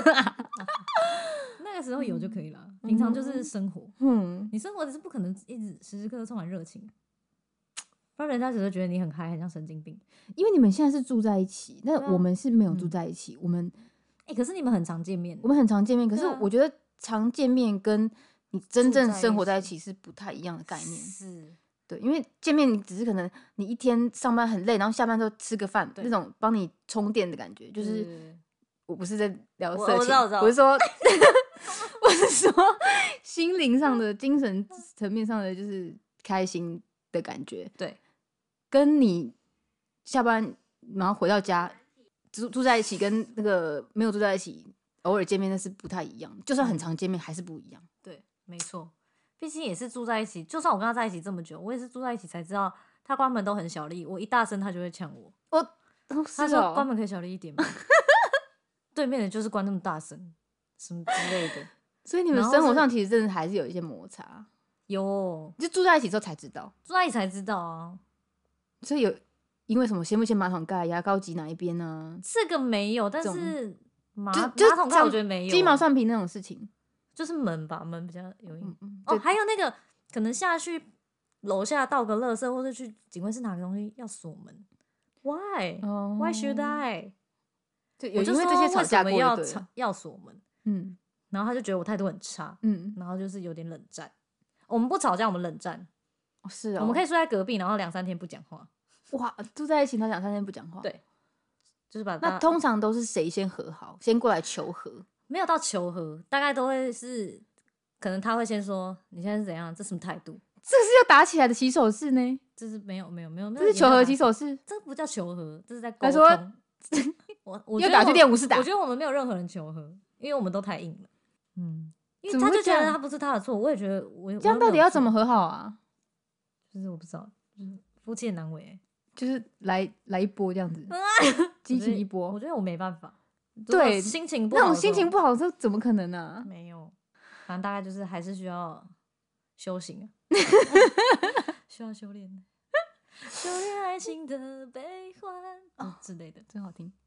那个时候有就可以了。平常就是生活， 嗯， 你生活只是不可能一直时时刻刻充满热情，不然人家只会觉得你很嗨，很像神经病。 因为你们现在是住在一起，那啊我们是没有住在一起。嗯、我们， 哎、欸，可是你们很常见面， 我们很常见面，可是啊、 我觉得常见面跟你真正生活在一起是不太一样的概念。 是。 对，因为见面你只是可能你一天上班很累，然后下班之后吃个饭，那种帮你充电的感觉，就是我不是在聊色情， 我知道我知道我是说，我是说心灵上的、精神层面上的，就是开心的感觉。 对， 跟你下班然后回到家住住在一起，跟那个没有住在一起偶尔见面那是不太一样，就算很常见面还是不一样。 对，没错。毕竟也是住在一起，就算我跟他在一起这么久，我也是住在一起才知道，他关门都很小力，我一大声他就会呛我。 我、哦、 他说关门可以小力一点吗？对面的就是关那么大声，什么之类的。 所以你们生活上其实真的还是有一些摩擦。 有， 就住在一起之后才知道， 住在一起才知道啊。 所以有因为什么掀不掀马桶盖、牙膏挤哪一边呢、啊？ 这个没有，但是马就就马桶盖我觉得没有， 鸡毛蒜皮那种事情。 就是门吧，门比较有影、 嗯、 哦，还有那个可能下去楼下倒个垃圾，或者去警卫室拿个东西要锁门 ，Why？Why、哦、should I？ 就有因为这些吵架过的要要锁门， 嗯， 然后他就觉得我态度很差， 嗯， 然后就是有点冷战。我们不吵架，我们冷战， 哦是哦， 我们可以住在隔壁，然后两三天不讲话。 哇，住在一起，他两三天不讲话， 对，就是把那通常都是谁先和好，先过来求和？ 没有到求和，大概都会是，可能他会先说你现在是怎样，这什么态度？ 这是要打起来的起手式呢？ 这是没有没有没有， 这是求和起手式， 这不叫求和，这是在沟通。我我又打去练武士打， 我觉得我们没有任何人求和，因为我们都太硬了。嗯，因为他就觉得他不是他的错，我也觉得我这样到底要怎么和好啊？ 就是我不知道，就是夫妻难为、欸， 就是来来一波这样子，激情一波。 我觉得我没办法。 对， 心情不好， 那种心情不好的时候怎么可能呢、啊？ 没有，反正大概就是还是需要修行啊，需要修炼，修炼爱情的悲欢、哦、之类的， 真好听。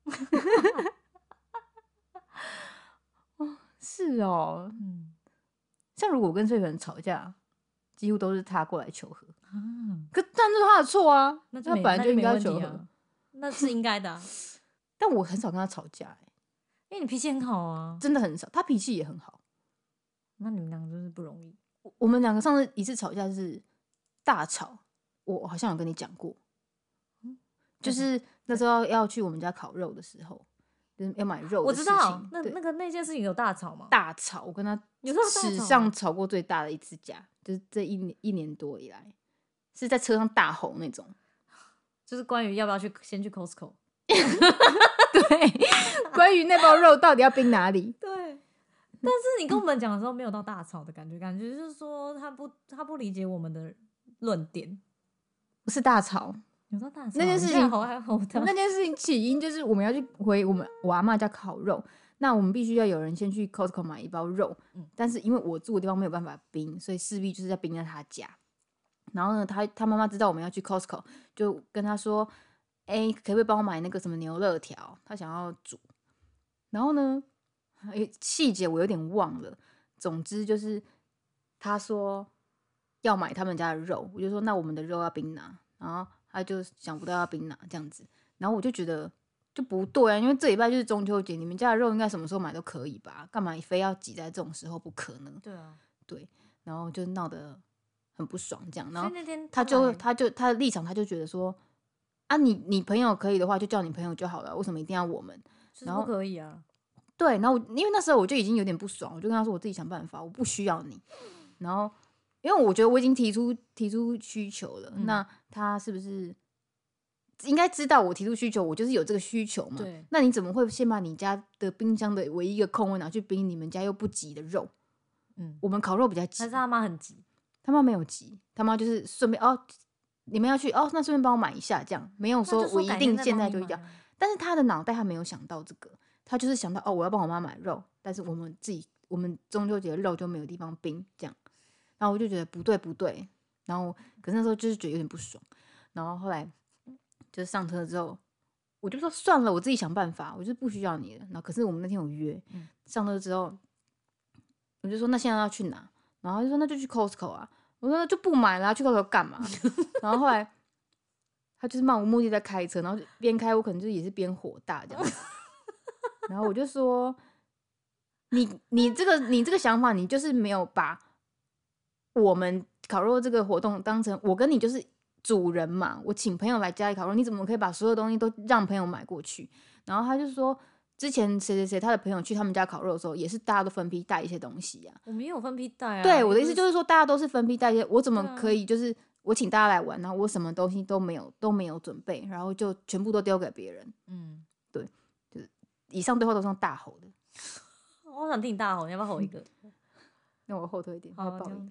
哦，是哦，嗯，像如果我跟这个人吵架，几乎都是他过来求和，嗯、可但是他的错啊， 那他本来就应该求和， 啊、那是应该的、啊。 但我很少跟他吵架、欸， 因为你脾气很好啊， 真的很少。他脾气也很好， 那你们两个就是不容易。 我们两个上次一次吵架是大吵，我好像有跟你讲过、嗯，就是那时候要去我们家烤肉的时候，就是要买肉的事情。 我知道，那那个那件事情有大吵吗？ 大吵，我跟他史上吵过最大的一次架，就是这一年一年多以来，是在车上大吼那种， 就是关于要不要去先去 Costco。 对，关于那包肉到底要冰哪里？ 对，但是你跟我们讲的时候没有到大吵的感觉，感觉就是说他不他不理解我们的论点， 不是大吵， 有到大吵。 那件事情， 那件事情起因就是我们要去回我们我阿嬷家烤肉，那我们必须要有人先去 Costco 买一包肉，嗯、但是因为我住的地方没有办法冰，所以势必就是要冰在他家。然后呢，他他妈妈知道我们要去 Costco， 就跟他说。哎、欸，可不可以帮我买那个什么牛肋条？他想要煮，然后呢，细节我有点忘了。总之就是他说要买他们家的肉，我就说那我们的肉要冰拿，然后他就想不到要冰拿这样子，然后我就觉得就不对啊，因为这礼拜就是中秋节，你们家的肉应该什么时候买都可以吧？干嘛非要挤在这种时候不可能？ 对啊， 对，然后就闹得很不爽这样，然后那天他就他就他的立场他就觉得说。啊你，你你朋友可以的话，就叫你朋友就好了，为什么一定要我们？ 然后不可以啊。 对，然后因为那时候我就已经有点不爽，我就跟他说我自己想办法，我不需要你。然后因为我觉得我已经提出提出需求了， 嗯那他是不是应该知道我提出需求，我就是有这个需求嘛？ 对。 那你怎么会先把你家的冰箱的唯一一个空位拿去冰你们家又不急的肉？ 嗯， 我们烤肉比较急还是，他妈很急， 他妈没有急，他妈就是顺便哦，你们要去哦，那顺便帮我买一下，这样没有那就说说我一定改天再帮现在就要。 你买啊但是他的脑袋他没有想到这个，他就是想到哦，我要帮我妈买肉，但是我们自己我们中秋节的肉就没有地方冰，这样，然后我就觉得不对不对，然后可是那时候就是觉得有点不爽，然后后来就是上车之后，我就说算了，我自己想办法，我就不需要你了。然后可是我们那天有约， 嗯上车之后，我就说那现在要去哪？然后他就说那就去 Costco 啊。我说那就不买了啊，去 Costco 干嘛？然后后来他就是漫无目的在开车，然后边开我可能就也是边火大这样子。然后我就说你你这个你这个想法，你就是没有把我们烤肉这个活动当成我跟你就是主人嘛，我请朋友来家里烤肉，你怎么可以把所有东西都让朋友买过去？然后他就说，之前谁谁谁他的朋友去他们家烤肉的时候，也是大家都分批带一些东西啊。 我们也有分批带啊。 对，我的意又不思就是说，大家都是分批带一些，我怎么对啊可以就是我请大家来玩，然后我什么东西都没有都没有准备，然后就全部都丢给别人？ 嗯， 以上对话都是用大吼的。 我好想听你大吼，你要不要吼一个？ 那我后退一点， 好要报应这样。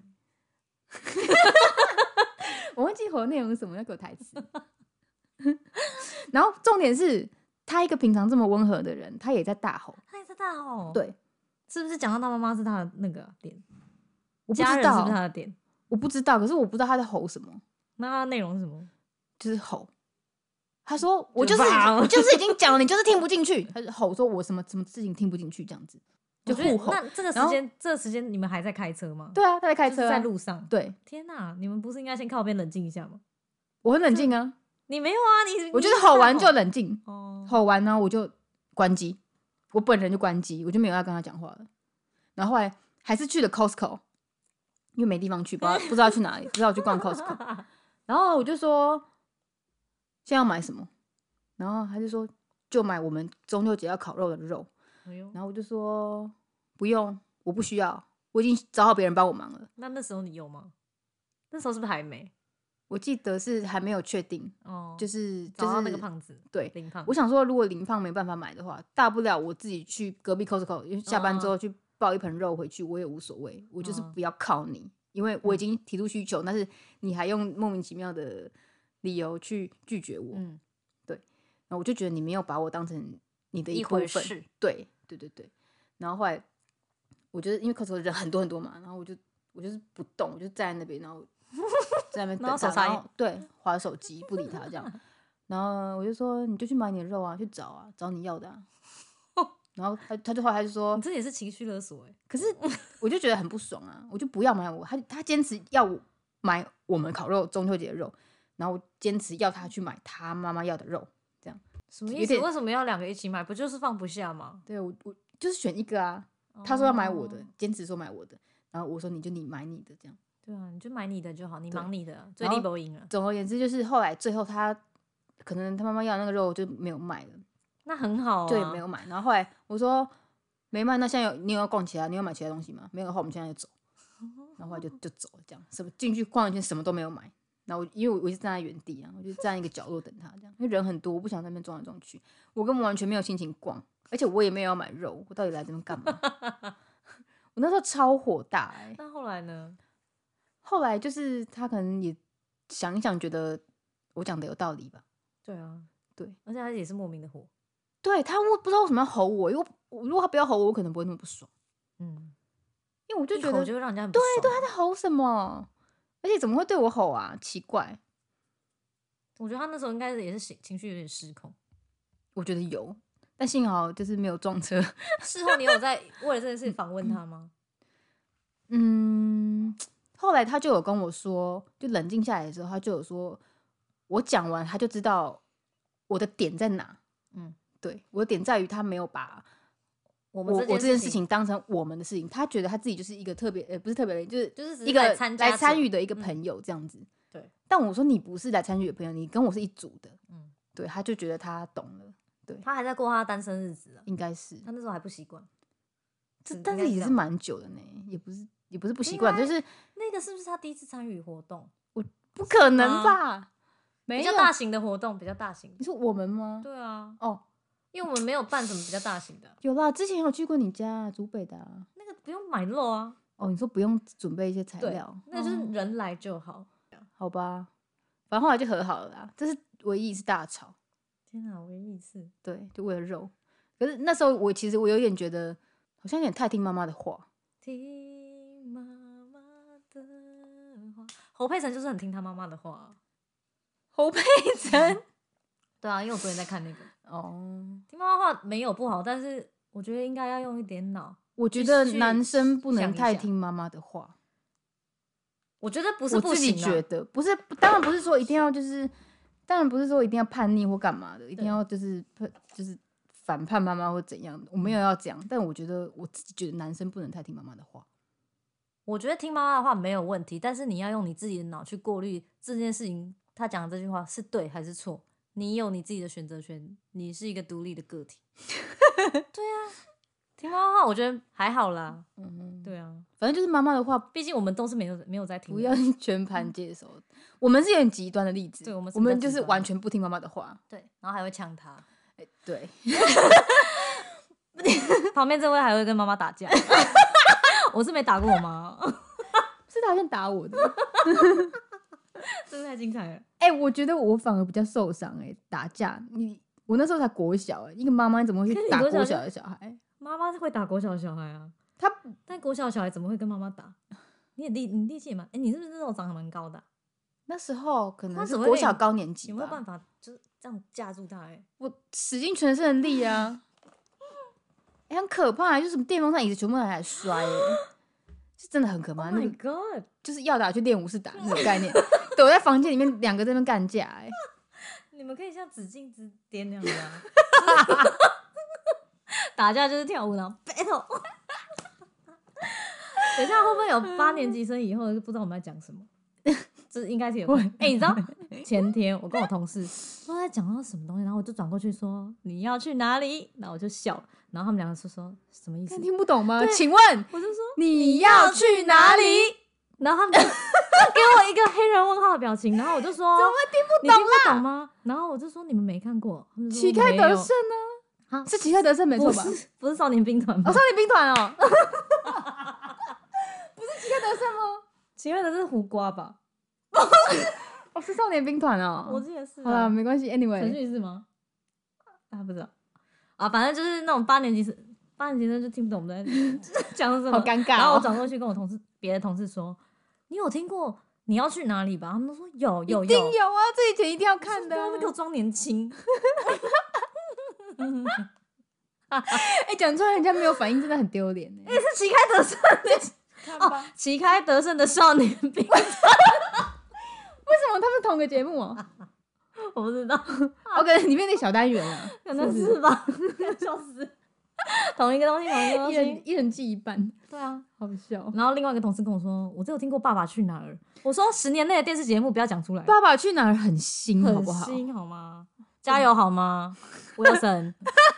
我忘记吼的内容是什么，要给我台词。然后重点是他一个平常这么温和的人，他也在大吼。 他也在大吼，， 对， 是不是讲到他妈妈是他的那个点？ 我不知道家人是不是他的点？ 我不知道，可是我不知道他在吼什么， 那他的内容是什么？ 就是吼。他说：“我就是哇我就是已经讲了，你就是听不进去。”他就吼说：“我什么什么事情听不进去？”这样子就我觉得互吼。 那这个然后时间，这个时间你们还在开车吗？ 对啊，他在开车、啊， 就是在路上。 对， 天哪，你们不是应该先靠边冷静一下吗？ 我很冷静啊， 你没有啊，你我就是你吼完就冷静， 哦， 吼完呢我就关机，我本人就关机，我就没有要跟他讲话了。然后后来还是去了 Costco， 因为没地方去，不知道不知道去哪里，不知道去逛 Costco。然后我就说现在要买什么，然后他就说就买我们中秋节要烤肉的肉。 哎呦， 然后我就说不用，我不需要，我已经找好别人帮我忙了。 那那时候你有吗？那时候是不是还没？ 我记得是还没有确定， 哦， 就是找到那就是个胖子， 对。 林胖。 我想说，如果林胖没办法买的话，大不了我自己去隔壁 Costco，因为下班之后去抱一盆肉回去，我也无所谓。我就是不要靠你，因为我已经提出需求，但是你还用莫名其妙的理由去拒绝我。 嗯， 然后我就觉得你没有把我当成你的一部分。 回事。 对对对对。然后后来我觉得，因为 Costco 人很多很多嘛，然后我就我就是不动，我就站在那边，然后在那边等他， 然后手插然后对滑手机不理他这样。然后我就说你就去买你的肉啊，去找啊，找你要的啊。然后他他就后来他就说你，这也是情绪勒索哎、 可是我就觉得很不爽啊，我就不要买我，他他坚持要我买我们烤肉中秋节的肉，然后我坚持要他去买他妈妈要的肉，这样什么意思？ 有点为什么要两个一起买？不就是放不下吗？ 对我我就是选一个啊，他说要买我的哦， 坚持说买我的，然后我说你就你买你的这样。 对啊，你就买你的就好，你对忙你的，最然后低不赢了， 总而言之，就是后来最后他可能他妈妈要的那个肉就没有卖了， 那很好啊。 就也没有买。然后后来我说没卖，那现在有你有要逛其他，你有买其他东西吗？没有的话，我们现在就走。然后后来就就走了，这样什么进去逛一圈什么都没有买。然后我因为我我一直站在原地啊，我就站在一个角落等他这样，因为人很多，我不想在那边撞来撞去。我根本完全没有心情逛，而且我也没有要买肉，我到底来这边干嘛？我那时候超火大哎、欸。 那后来呢？ 后来就是他可能也想一想，觉得我讲的有道理吧。 对啊， 对， 而且他也是莫名的火， 对他我不知道为什么要吼我，因为我如果他不要吼我，我可能不会那么不爽， 嗯， 因为我就一口觉得就会让人家很不爽啊。 他在吼什么，而且怎么会对我吼啊？奇怪， 我觉得他那时候应该也是情情绪有点失控。 我觉得有，但幸好就是没有撞车。 事后你有在为了这件事访问他吗？ 嗯，后来他就有跟我说，就冷静下来的时候，他就有说，我讲完他就知道我的点在哪。 嗯， 对，我的点在于他没有把我们我我这件事情情当成我们的事情，他觉得他自己就是一个特别呃不是特别人，就是就是只是一个来参加来参者与的一个朋友这样子。 对， 但我说你不是来参与的朋友，你跟我是一组的。 嗯， 对，他就觉得他懂了， 他还在过他的单身日子啊， 应该是， 他那时候还不习惯。 这是但是也是应该是这样蛮久的呢，也不是也不是不习惯，就是那那个是不是他第一次参与活动？ 不可能吧？没有比较大型的活动，比较大型的。 你说我们吗？ 对啊， 哦， 因为我们没有办什么比较大型的。 有啦，之前有去过你家竹北的、啊。 那个不用买肉啊。 哦，你说不用准备一些材对料， 那就是哦人来就好。 好吧，反正后来就和好了啦。这是唯一一次大吵， 天哪，唯一一次。 对，就为了肉。可是那时候我其实我有点觉得，好像有点太听妈妈的话。 听妈妈的话，侯佩岑就是很听他妈妈的话。 侯佩岑， 对啊，因为我昨天在看那个。 哦， 听妈妈话没有不好，但是我觉得应该要用一点脑。 我觉得去男生不能太想一下听妈妈的话。 我觉得不是我自不行啊， 己觉得不是，当然不是说一定要就是，当然不是说一定要叛逆或干嘛的，一定要就是就是反叛妈妈或怎样的。我没有要这样，但我觉得我自己觉得男生不能太听妈妈的话。 我觉得听妈妈的话没有问题，但是你要用你自己的脑去过滤这件事情，他讲的这句话是对还是错。你有你自己的选择权，你是一个独立的个体。对啊，听妈妈话我觉得还好啦。嗯，对啊， 反正就是妈妈的话， 毕竟我们都是没有没有在听的， 不要全盘接受。我们是有点极端的例子， 对我们是我们就是比较极端的完全不听妈妈的话。 对，然后还会呛他。 欸对， 旁边这位还会跟妈妈打架。我是没打过我妈。 是他先打我的。 真的太精彩了。 哎、欸，我觉得我反而比较受伤哎、欸，打架你我那时候才国小哎、欸，一个妈妈怎么会去打国小的小孩？ 妈妈是会打国小的小孩啊， 他但国小的小孩怎么会跟妈妈打？你也力你力气也蛮哎，你是不是那种长得蛮高的、啊？ 那时候可能是国小高年级吧， 有没有办法就是这样架住他、欸？哎， 我使尽全身的力啊，哎、欸，很可怕、欸，就是什么电风扇椅子全部拿来摔、欸，是真的很可怕。 Oh my god， 就是要打去练武士打那种概念，躲在房间里面两个在那边干架，哎， 你们可以像紫禁之巅那样的、啊，打架就是跳舞然后 battle。等一下会不会有八年级生以后就不知道我们在讲什么？这应该是有。哎、欸，你知道前天我跟我同事不知道在讲到什么东西，然后我就转过去说你要去哪里，然后我就笑了，然后他们两个说说什么意思？ 听不懂吗？请问我就说你要去哪里？ 然后他们就给我一个黑人问号的表情，然后我就说怎么会听不懂？你听不懂吗？然后我就说你们没看过，他们说旗开得胜呢？是旗开得胜没错吧？ 不是，不是少年兵团吗？ 哦，少年兵团哦，不是旗开得胜吗？ 旗开得胜是胡瓜吧？ 哦，是少年兵团哦， 我记得是、啊。 好了，没关系 ，anyway， 陈旭是吗？啊，不知道啊，反正就是那种八年级生，八年级生就听不懂我们在讲什么， 好尴尬、哦。 然后我转过去跟我同事，别的同事说：“你有听过你要去哪里吧？”他们都说有有有， 一定有啊，这以前一定要看的、啊。 不要给我装年轻。 哎、欸，讲出来人家没有反应，真的很丢脸哎。 哎、欸，是旗开得胜的哦，旗开得胜的少年兵。为什么他们同个节目啊？ 我不知道， 我可能里面那小单元啊， 可能是吧。笑死，同一个东西，同一个东西， 一人一人记一半。 对啊， 好笑。 然后另外一个同事跟我说，我只有听过《爸爸去哪儿》。我说十年内的电视节目不要讲出来。 爸爸去哪儿很新，好不好？ 很新好吗？加油好吗？我有神。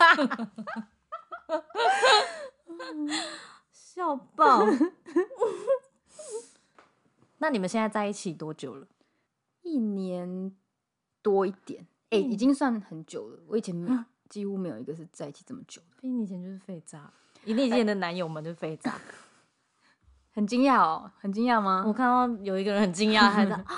笑爆。那你们现在在一起多久了？ 一年多一点，哎、欸，已经算很久了。我以前没有、嗯、几乎没有一个是在一起这么久的。 毕竟你以前就是废渣，你以前的男友们就是废渣。 很惊讶哦，很惊讶吗？ 我看到有一个人很惊讶，还在啊。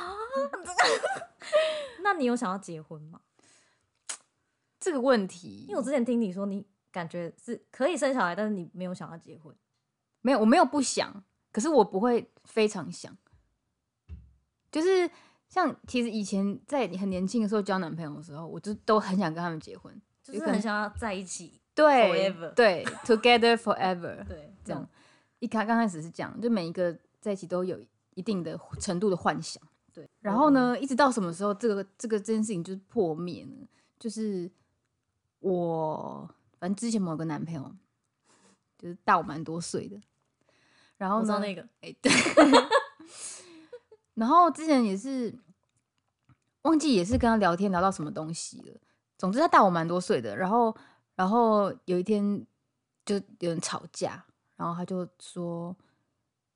那你有想要结婚吗？ 这个问题， 因为我之前听你说，你感觉是可以生小孩，但是你没有想要结婚。 没有，我没有不想，可是我不会非常想。就是像其实以前在很年轻的时候交男朋友的时候，我就都很想跟他们结婚， 就是很想要在一起， 对 forever 对 ，together forever， 对， 这样。一开刚开始是这样，就每一个在一起都有一定的程度的幻想， 对。 然后呢，一直到什么时候这个这个这件事情就是破灭呢？就是我反正之前某个男朋友就是大我蛮多岁的，然后呢， 我知道那个， 哎、欸、对。然后之前也是忘记也是跟他聊天聊到什么东西了，总之他大我蛮多岁的，然后然后有一天就有人吵架，然后他就说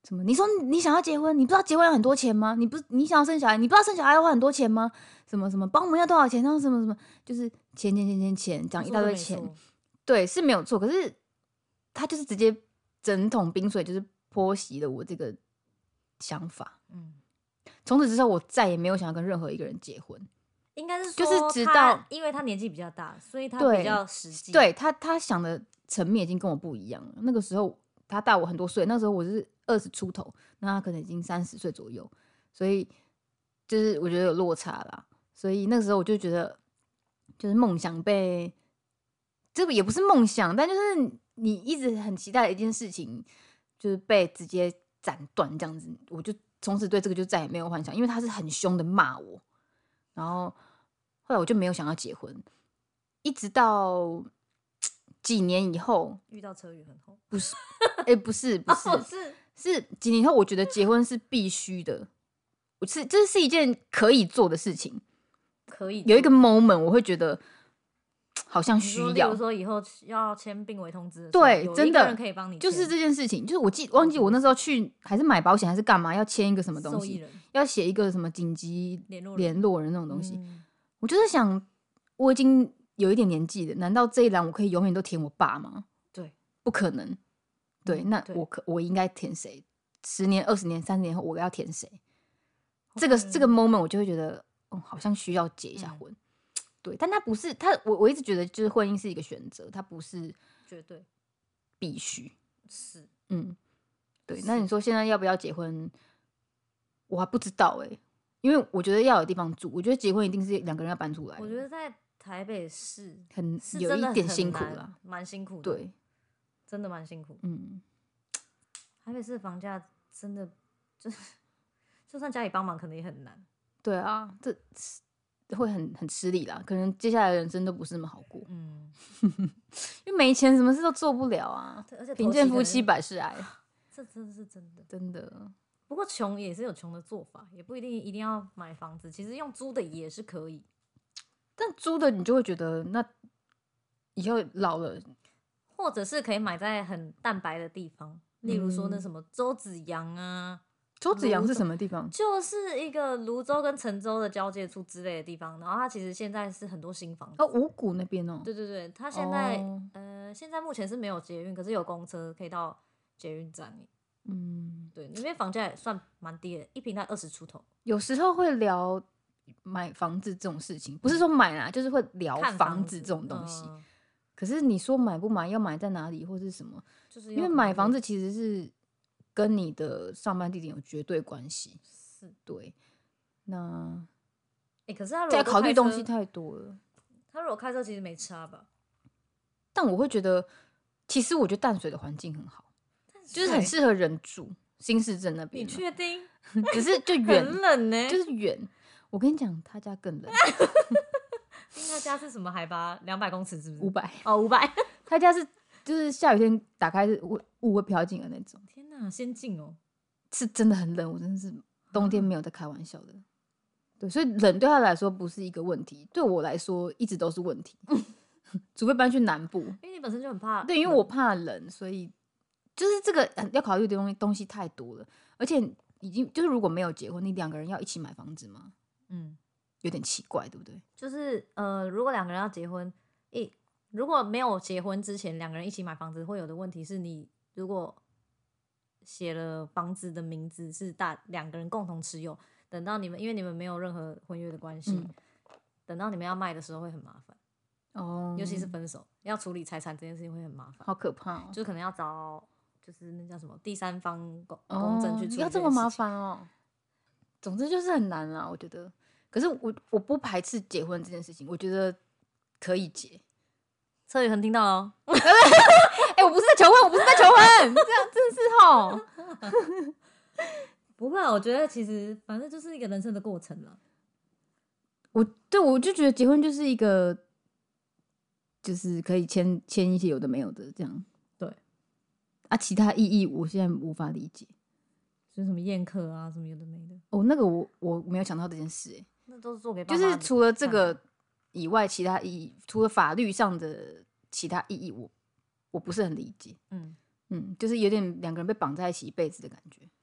什么？你说你想要结婚，你不知道结婚要很多钱吗？你不你想要生小孩，你不知道生小孩要花很多钱吗？什么什么保姆要多少钱？然后什么什么，就是钱钱钱钱钱，讲一大堆钱。对，是没有错。可是他就是直接整桶冰水，就是泼熄了我这个想法。嗯，从此之后，我再也没有想要跟任何一个人结婚。 应该是说， 就是直到因为他年纪比较大，所以他比较实际。 对他，他想的层面已经跟我不一样了。那个时候他大我很多岁，那时候我是二十出头，那他可能已经三十岁左右，所以就是我觉得有落差啦。所以那个时候我就觉得，就是梦想被，这个也不是梦想，但就是你一直很期待的一件事情，就是被直接斩断这样子。我就从此对这个就再也没有幻想，因为他是很凶的骂我，然后后来我就没有想要结婚，一直到几年以后遇到车雨很厚， 不是，哎、欸，不是，不是， 哦、是是几年以后，我觉得结婚是必须的，是这是一件可以做的事情。 可以有一个 moment 我会觉得好像需要， 例如说以后要签病危通知的时候，对，真的人可以帮你， 就是这件事情。就是我记忘记我那时候去还是买保险还是干嘛，要签一个什么东西，要写一个什么紧急联络人那种东西。嗯、我就在想，我已经有一点年纪了，难道这一栏我可以永远都填我爸吗？ 对， 不可能。对，那我可我应该填谁？十年、二十年、三十年后，我要填谁？这个这个 moment 我就会觉得。哦，好像需要结一下婚，嗯、对，但他不是他，我我一直觉得就是婚姻是一个选择，它不是绝对必须是， 嗯，对。那你说现在要不要结婚？我还不知道哎、欸，因为我觉得要有地方住，我觉得结婚一定是两个人要搬出来。 我觉得在台北市很有一点辛苦啦， 蛮辛苦的， 对， 真的蛮辛苦。 嗯， 台北市的房价真的就就算家里帮忙，可能也很难。 对啊，这会很很吃力啦，可能接下来的人生都不是那么好过。嗯，因为没钱，什么事都做不了啊。 而且贫贱夫妻百事哀， 这真的是真的， 真的。 不过穷也是有穷的做法，也不一定一定要买房子，其实用租的也是可以。 但租的你就会觉得，那以后老了， 或者是可以买在很蛋白的地方，例如说那什么洲子洋啊。 洲子洋是什么地方？ 就是一个泸州跟成州的交界处之类的地方，然后它其实现在是很多新房子。 哦，五股那边哦。 对对对，它现在、哦、呃，现在目前是没有捷运，可是有公车可以到捷运站。嗯，对，那边房价也算蛮低的，一坪才二十出头。 有时候会聊买房子这种事情，不是说买啦，就是会聊房子这种东西。嗯、可是你说买不买，要买在哪里或是什么？就是因为买房子其实是。跟你的上班地点有绝对关系， 是对。那， 欸、可是他如果在考虑东西太多了。 他如果开车其实没差吧？ 但我会觉得，其实我觉得淡水的环境很好，就是很适合人住。新市镇那边， 你确定？ 只是就远， 很冷呢、欸， 就是远。我跟你讲，他家更冷。 他家是什么海拔？两百公尺是不是？ 五百哦，五百。 他家是。就是下雨天打开是雾会飘进的那种。 天哪，先进哦！ 是真的很冷，我真的是冬天没有在开玩笑的。啊、对，所以冷对他来说不是一个问题，对我来说一直都是问题。除非搬去南部， 因为你本身就很怕。 对，因为我怕冷，所以就是这个要考虑的东西东西太多了，而且已经就是如果没有结婚，你两个人要一起买房子吗？嗯，有点奇怪，对不对？ 就是呃，如果两个人要结婚，一。如果没有结婚之前两个人一起买房子，会有的问题是你如果写了房子的名字是大两个人共同持有，等到你们因为你们没有任何婚约的关系、嗯，等到你们要卖的时候会很麻烦哦，尤其是分手要处理财产这件事情会很麻烦， 好可怕哦， 就可能要找就是那叫什么第三方公公证去处理、哦， 要这么麻烦哦。总之就是很难啦，我觉得。可是我我不排斥结婚这件事情，我觉得可以结。 车宇恒听到哦， 哎、欸，我不是在求婚，我不是在求婚，这样真是齁。 不会，我觉得其实反正就是一个人生的过程了。 我对我就觉得结婚就是一个，就是可以签签一些有的没有的这样。 对啊，其他意义我现在无法理解， 就是什么宴客啊，什么有的没的。 哦，那个我我没有想到这件事、欸，哎， 那都是做给爸妈就是除了这个。以外，其他意义除了法律上的其他意义我，我我不是很理解。嗯嗯，就是有点两个人被绑在一起一辈子的感觉。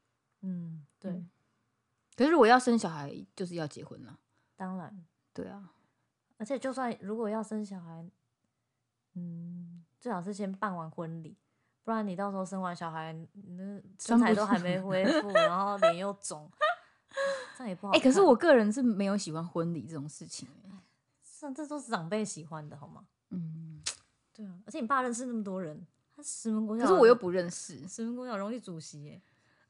嗯，对， 嗯可是如果要生小孩，就是要结婚了。 当然， 对啊， 而且就算如果要生小孩，嗯，最好是先办完婚礼，不然你到时候生完小孩，你的身材都还没恢复，然后脸又肿，这样也不好哎、 看。 可是我个人是没有喜欢婚礼这种事情、欸。 是这都是长辈喜欢的好吗？ 嗯， 对啊，而且你爸认识那么多人，他石门国小， 可是我又不认识， 石门国小荣誉主席耶，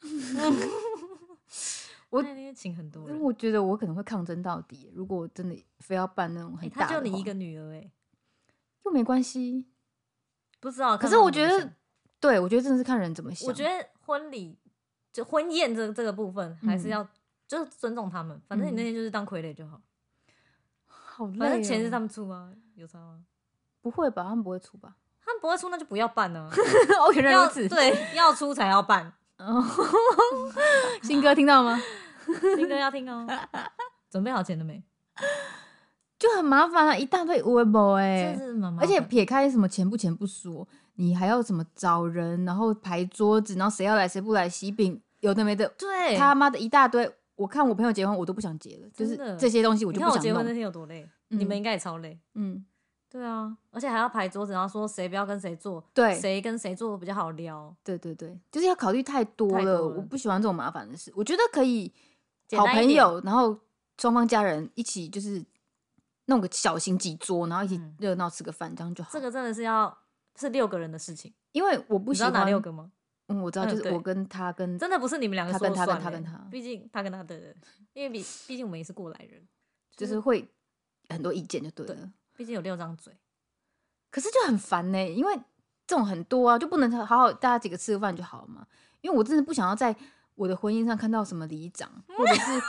我那天请很多人， 因为我觉得我可能会抗争到底。如果我真的非要办那种哎、 很大的话， 他就你一个女儿哎， 又没关系。 不知道。 可是我觉得，对我觉得真的是看人怎么想。 我觉得婚礼就婚宴这这个部分还是要、 嗯、 就是尊重他们，反正你那天就是当傀儡就好。 好累、哦， 反正钱是他们出吗？有差吗？ 不会吧？他们不会出吧？ 他们不会出，那就不要办呢、 哦，原来要如此。 对，要出才要办。 哦，新哥听到吗？ 新哥要听哦。准备好钱了没？ 就很麻烦啊，一大堆微博哎， 真是蛮麻烦。 而且撇开什么钱不钱不说，你还要怎么找人，然后排桌子，然后谁要来谁不来，喜饼有的没的， 对， 他妈的一大堆。我看我朋友结婚，我都不想结了，就是这些东西我就不想弄。 你看我结婚那天有多累， 嗯、 你们应该也超累。 嗯， 对啊，而且还要排桌子，然后说谁不要跟谁坐， 对， 谁跟谁坐比较好聊。 对对对，就是要考虑太多了， 太多了我不喜欢这种麻烦的事。我觉得可以好简单一点朋友，然后双方家人一起就是弄个小型几桌，然后一起嗯热闹吃个饭，这样就好。 这个真的是要是六个人的事情， 因为我不喜欢你知道哪六个吗？ 嗯，我知道， 嗯对就是我跟他跟真的不是你们两个他跟他说了算欸跟他跟他， 毕竟他跟他的人，因为毕毕竟我们也是过来人， 就是会很多意见就对了。 对毕竟有六张嘴。 可是就很烦呢、因为这种很多啊，就不能好好大家几个吃个饭就好了嘛。因为我真的不想要在我的婚姻上看到什么里长，或者是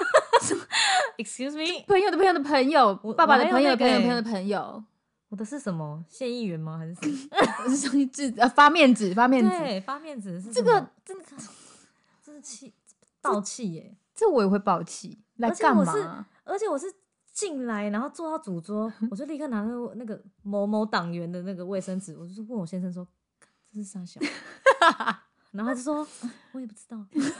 Excuse me， 朋友的朋友的朋友， 我爸爸的我还有朋友的朋友的那个欸朋友的朋友。 我的是什么？县议员吗？还是什么？ 我是送去制呃发面纸，发面纸， 对，发面子是这个什么真的真是气爆气耶！ 这我也会爆气，来干而且我是嘛？ 而且我是进来，然后坐到主桌，我就立刻拿那个那个某某党员的那个卫生纸，我就问我先生说：“这是啥小？”然后他就说：“啊我也不知道。”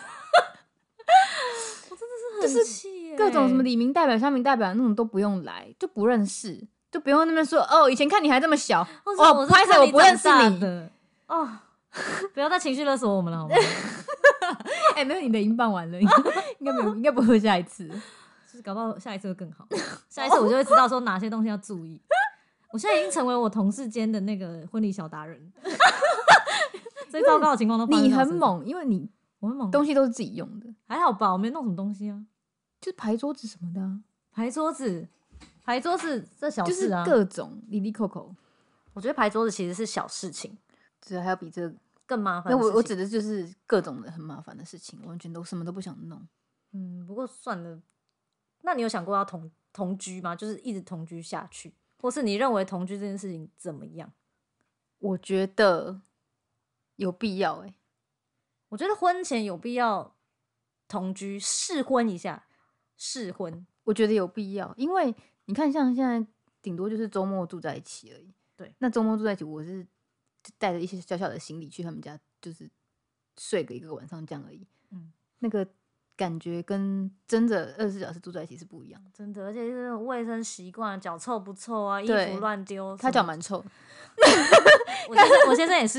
我真的是很气耶， 各种什么李明代表、乡民代表那种都不用来，就不认识，就不用那边说哦，以前看你还这么小，哦， 或者我是拍看你摄我不认识长大你。 的哦，不要再情绪勒索我们了好吗？ 哎、没有，你的已经办完了，应该应该没有，应该不会有下一次。 就是搞不好下一次会更好，下一次我就会知道说哪些东西要注意。我现在已经成为我同事间的那个婚礼小达人，最糟糕的情况都发生你在我身上， 很猛，因为你我很猛， 东西都是自己用的， 还好吧，我没弄什么东西啊， 就是排桌子什么的、啊， 排桌子，排桌子这小就是事啊， 各种里里扣扣。 我觉得排桌子其实是小事情， 这还有比这个， 更麻烦那的事情。 我我指的就是各种的很麻烦的事情，完全都什么都不想弄。 嗯，不过算了，那你有想过要同同居吗？就是一直同居下去，或是你认为同居这件事情怎么样？ 我觉得有必要哎、欸， 我觉得婚前有必要同居试婚一下，试婚。 我觉得有必要，因为你看，像现在顶多就是周末住在一起而已。 对， 那周末住在一起，我是带着一些小小的行李去他们家，就是睡个一个晚上这样而已。 嗯， 那个感觉跟真的二十四小时住在一起是不一样的。 真的，而且是卫生习惯，脚臭不臭啊，衣对服乱丢。 他脚蛮臭的， 我先生，我先生也是。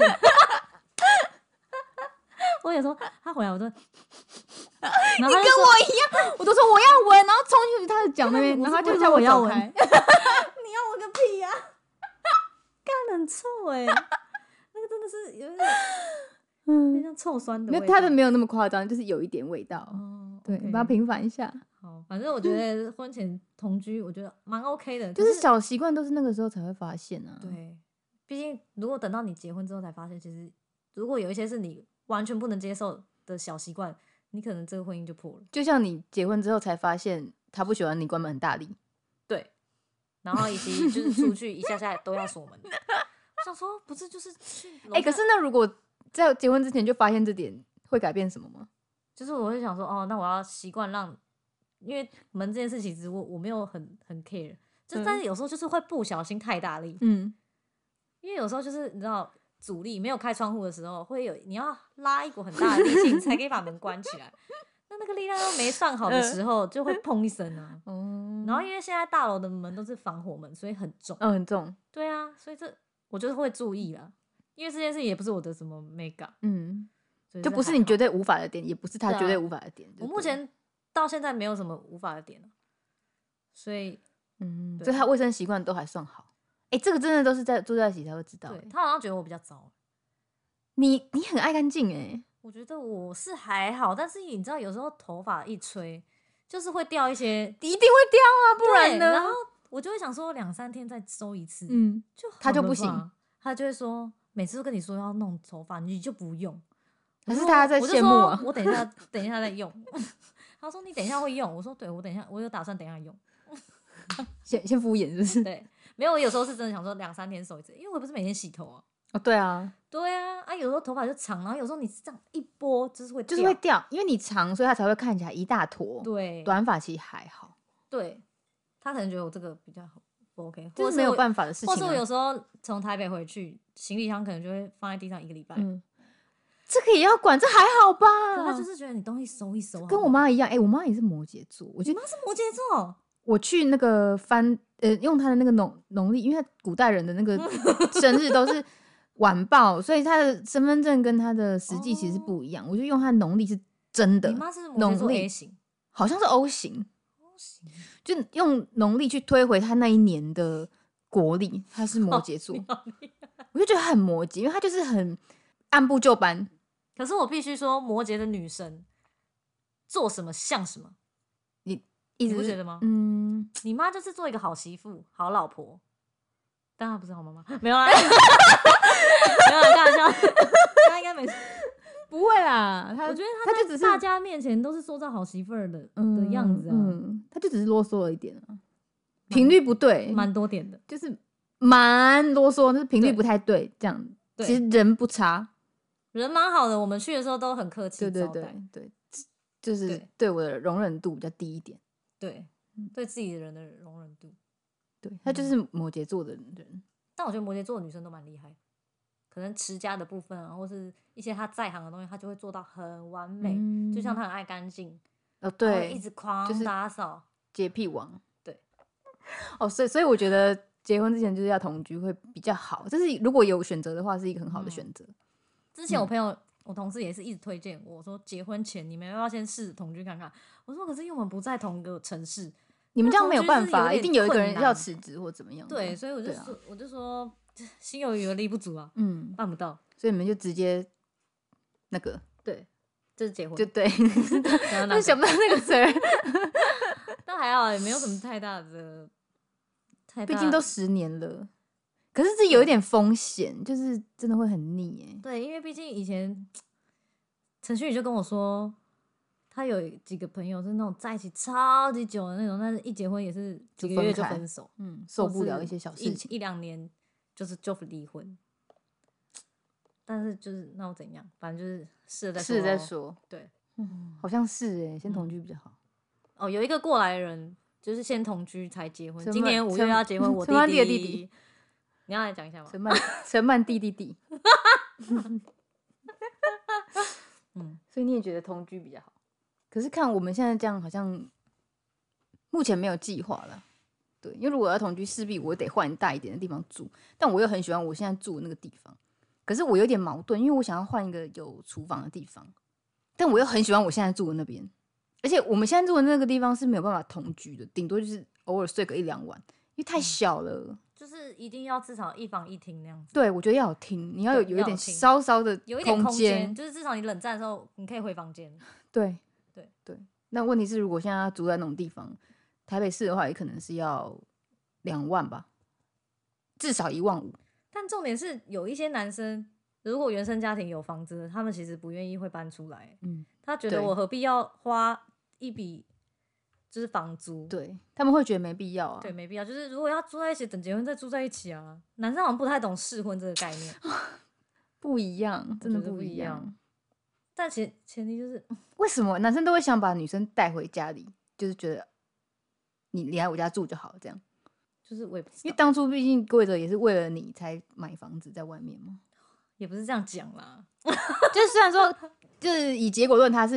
我有时候他回来，我就，然后他就跟说我一样，我都说我要闻，然后冲进去他的脚那边， 我是不会然后他就叫说我要闻走开。 你要闻个屁呀、干很臭哎、那个真的是有点，有点像臭酸的味道。 没有他的没有那么夸张，就是有一点味道。 哦， 对， OK 把它平反一下。 好，反正我觉得婚前同居，我觉得蛮 OK 的，可就是小习惯都是那个时候才会发现啊。， 对，毕竟如果等到你结婚之后才发现，其实如果有一些是你完全不能接受的小习惯，你可能这个婚姻就破了。 就像你结婚之后才发现他不喜欢你关门很大力。 对，然后以及就是出去一下下都要锁门。我想说，不是就是去楼下？ 哎、可是那如果在结婚之前就发现这点，会改变什么吗？ 就是我会想说，哦，那我要习惯让，因为门这件事其实我我没有很很 care，就、 嗯但是有时候就是会不小心太大力， 嗯， 因为有时候就是你知道阻力没有开窗户的时候，会有你要拉一股很大的力气，你才可以把门关起来。 力量又没上好的时候，就会砰一声啊。 哦， 然后因为现在大楼的门都是防火门，所以很重。 嗯，很重。 对啊，所以这我就是会注意啦。因为这件事情也不是我的什么 mega， 嗯， 所以就不是你绝对无法的点，也不是他对啊绝对无法的点。 我目前到现在没有什么无法的点了，所以嗯， 对所以他卫生习惯都还算好。哎、这个真的都是在住在一起才会知道、欸。 对他好像觉得我比较糟。 你你很爱干净哎， 我觉得我是还好，但是你知道有时候头发一吹，就是会掉一些， 一定会掉啊，不然呢？ 然后我就会想说两三天再收一次， 嗯， 就他就不行好了吧，他就会说每次都跟你说要弄头发，你就不用。 还是他在羡慕啊？ 我等一下，等一下再用。他说你等一下会用，我说对，我等一下，我有打算等一下用。 先先敷衍是不是？ 对，没有，有时候是真的想说两三天收一次，因为我不是每天洗头啊。 哦，对啊， 对啊，啊，有时候头发就长，然后有时候你这样一拨就是会就是会掉，因为你长，所以它才会看起来一大坨。 对， 短发其实还好。 对，他可能觉得我这个比较不 OK， 这是没有办法的事情、啊。 或是我有时候从台北回去，行李箱可能就会放在地上一个礼拜。 嗯，这个也要管，这还好吧？ 他就是觉得你东西收一收好好， 跟我妈一样。哎、欸，我妈也是摩羯座，我觉得你妈是摩羯座。 我去那个翻呃，用他的那个农农历，因为他古代人的那个生日都是晚报，所以他的身份证跟他的实际其实不一样。哦、我就用他农历是真的。 你妈是摩羯座 A 型， 好像是 O 型。O 型就用农历去推回他那一年的国历，他是摩羯座，我就觉得很摩羯，因为他就是很按部就班。 可是我必须说，摩羯的女生做什么像什么。 你不觉得吗？ 嗯， 你妈就是做一个好媳妇、好老婆，但她不是好妈妈。没有啦，没有啦，开玩笑。她应该没， 不会啦。我觉得她就只是大家面前都是塑造好媳妇儿的、嗯、的样子啊。 嗯，她就只是啰嗦了一点啊，频率不对， 蛮多点的， 就是蛮啰嗦，就是频率不太对，这样。其实人不差， 人蛮好的。我们去的时候都很客气， 对对对对，就是对我的容忍度比较低一点。 对，对自己的人的容忍度， 对，他就是摩羯座的人、嗯。 但我觉得摩羯座的女生都蛮厉害，可能持家的部分啊，或是一些她在行的东西，她就会做到很完美。嗯、就像她很爱干净， 哦，对， 一直狂打扫， 洁癖王。 对， 哦，所以所以我觉得结婚之前就是要同居会比较好，这是如果有选择的话，是一个很好的选择、嗯。 之前我朋友。嗯我同事也是一直推荐我说，结婚前你们要不要先试同居看看？我说可是因为我们不在同个城市， 你们这样没有办法，一定有一个人要辞职或怎么样。 对，所以我就说，啊、我就说心有余而力不足啊，嗯，办不到， 所以你们就直接那个， 对，这是结婚， 就对，但想不到那个词儿， 但还好也没有什么太大的，太大毕竟都十年了。可是这有一点风险，就是真的会很腻耶。 对，因为毕竟以前陈旭宇就跟我说，他有几个朋友是那种在一起超级久的那种，但是一结婚也是几个月就分手， 嗯，受不了一些小事情， 一两年就是就离婚。但是就是那我怎样，反正就是试了再说， 试了再说。 对， 嗯，好像是哎，先同居比较好。 哦，有一个过来的人就是先同居才结婚，今年五月要结婚，我弟弟的弟弟。 你要来讲一下吗？ 陈曼，陈曼弟弟弟，嗯，所以你也觉得同居比较好？可是看我们现在这样，好像目前没有计划了。对，因为如果要同居，势必我得换大一点的地方住，但我又很喜欢我现在住的那个地方。可是我有点矛盾，因为我想要换一个有厨房的地方，但我又很喜欢我现在住的那边。而且我们现在住的那个地方是没有办法同居的，顶多就是偶尔睡个一两晚，因为太小了。嗯， 就是一定要至少一房一厅那样子。 对，我觉得要有厅，你要有有一点稍稍的有一点空间，就是至少你冷战的时候你可以回房间。 对对对。那问题是，如果现在要住在那种地方，台北市的话，也可能是要两万吧，至少一万五。 但重点是，有一些男生如果原生家庭有房子，他们其实不愿意会搬出来。嗯，他觉得我何必要花一笔。就是房租， 对他们会觉得没必要啊， 对，没必要。就是如果要住在一起，等结婚再住在一起啊。男生好像不太懂适婚这个概念， 不一样，真的不一样。一但前前提就是， 为什么男生都会想把女生带回家里？就是觉得你你来我家住就好了，这样。 就是我也不知道， 因为当初毕竟贵者也是为了你才买房子在外面嘛， 也不是这样讲啦。 就是虽然说，就是以结果论，他是。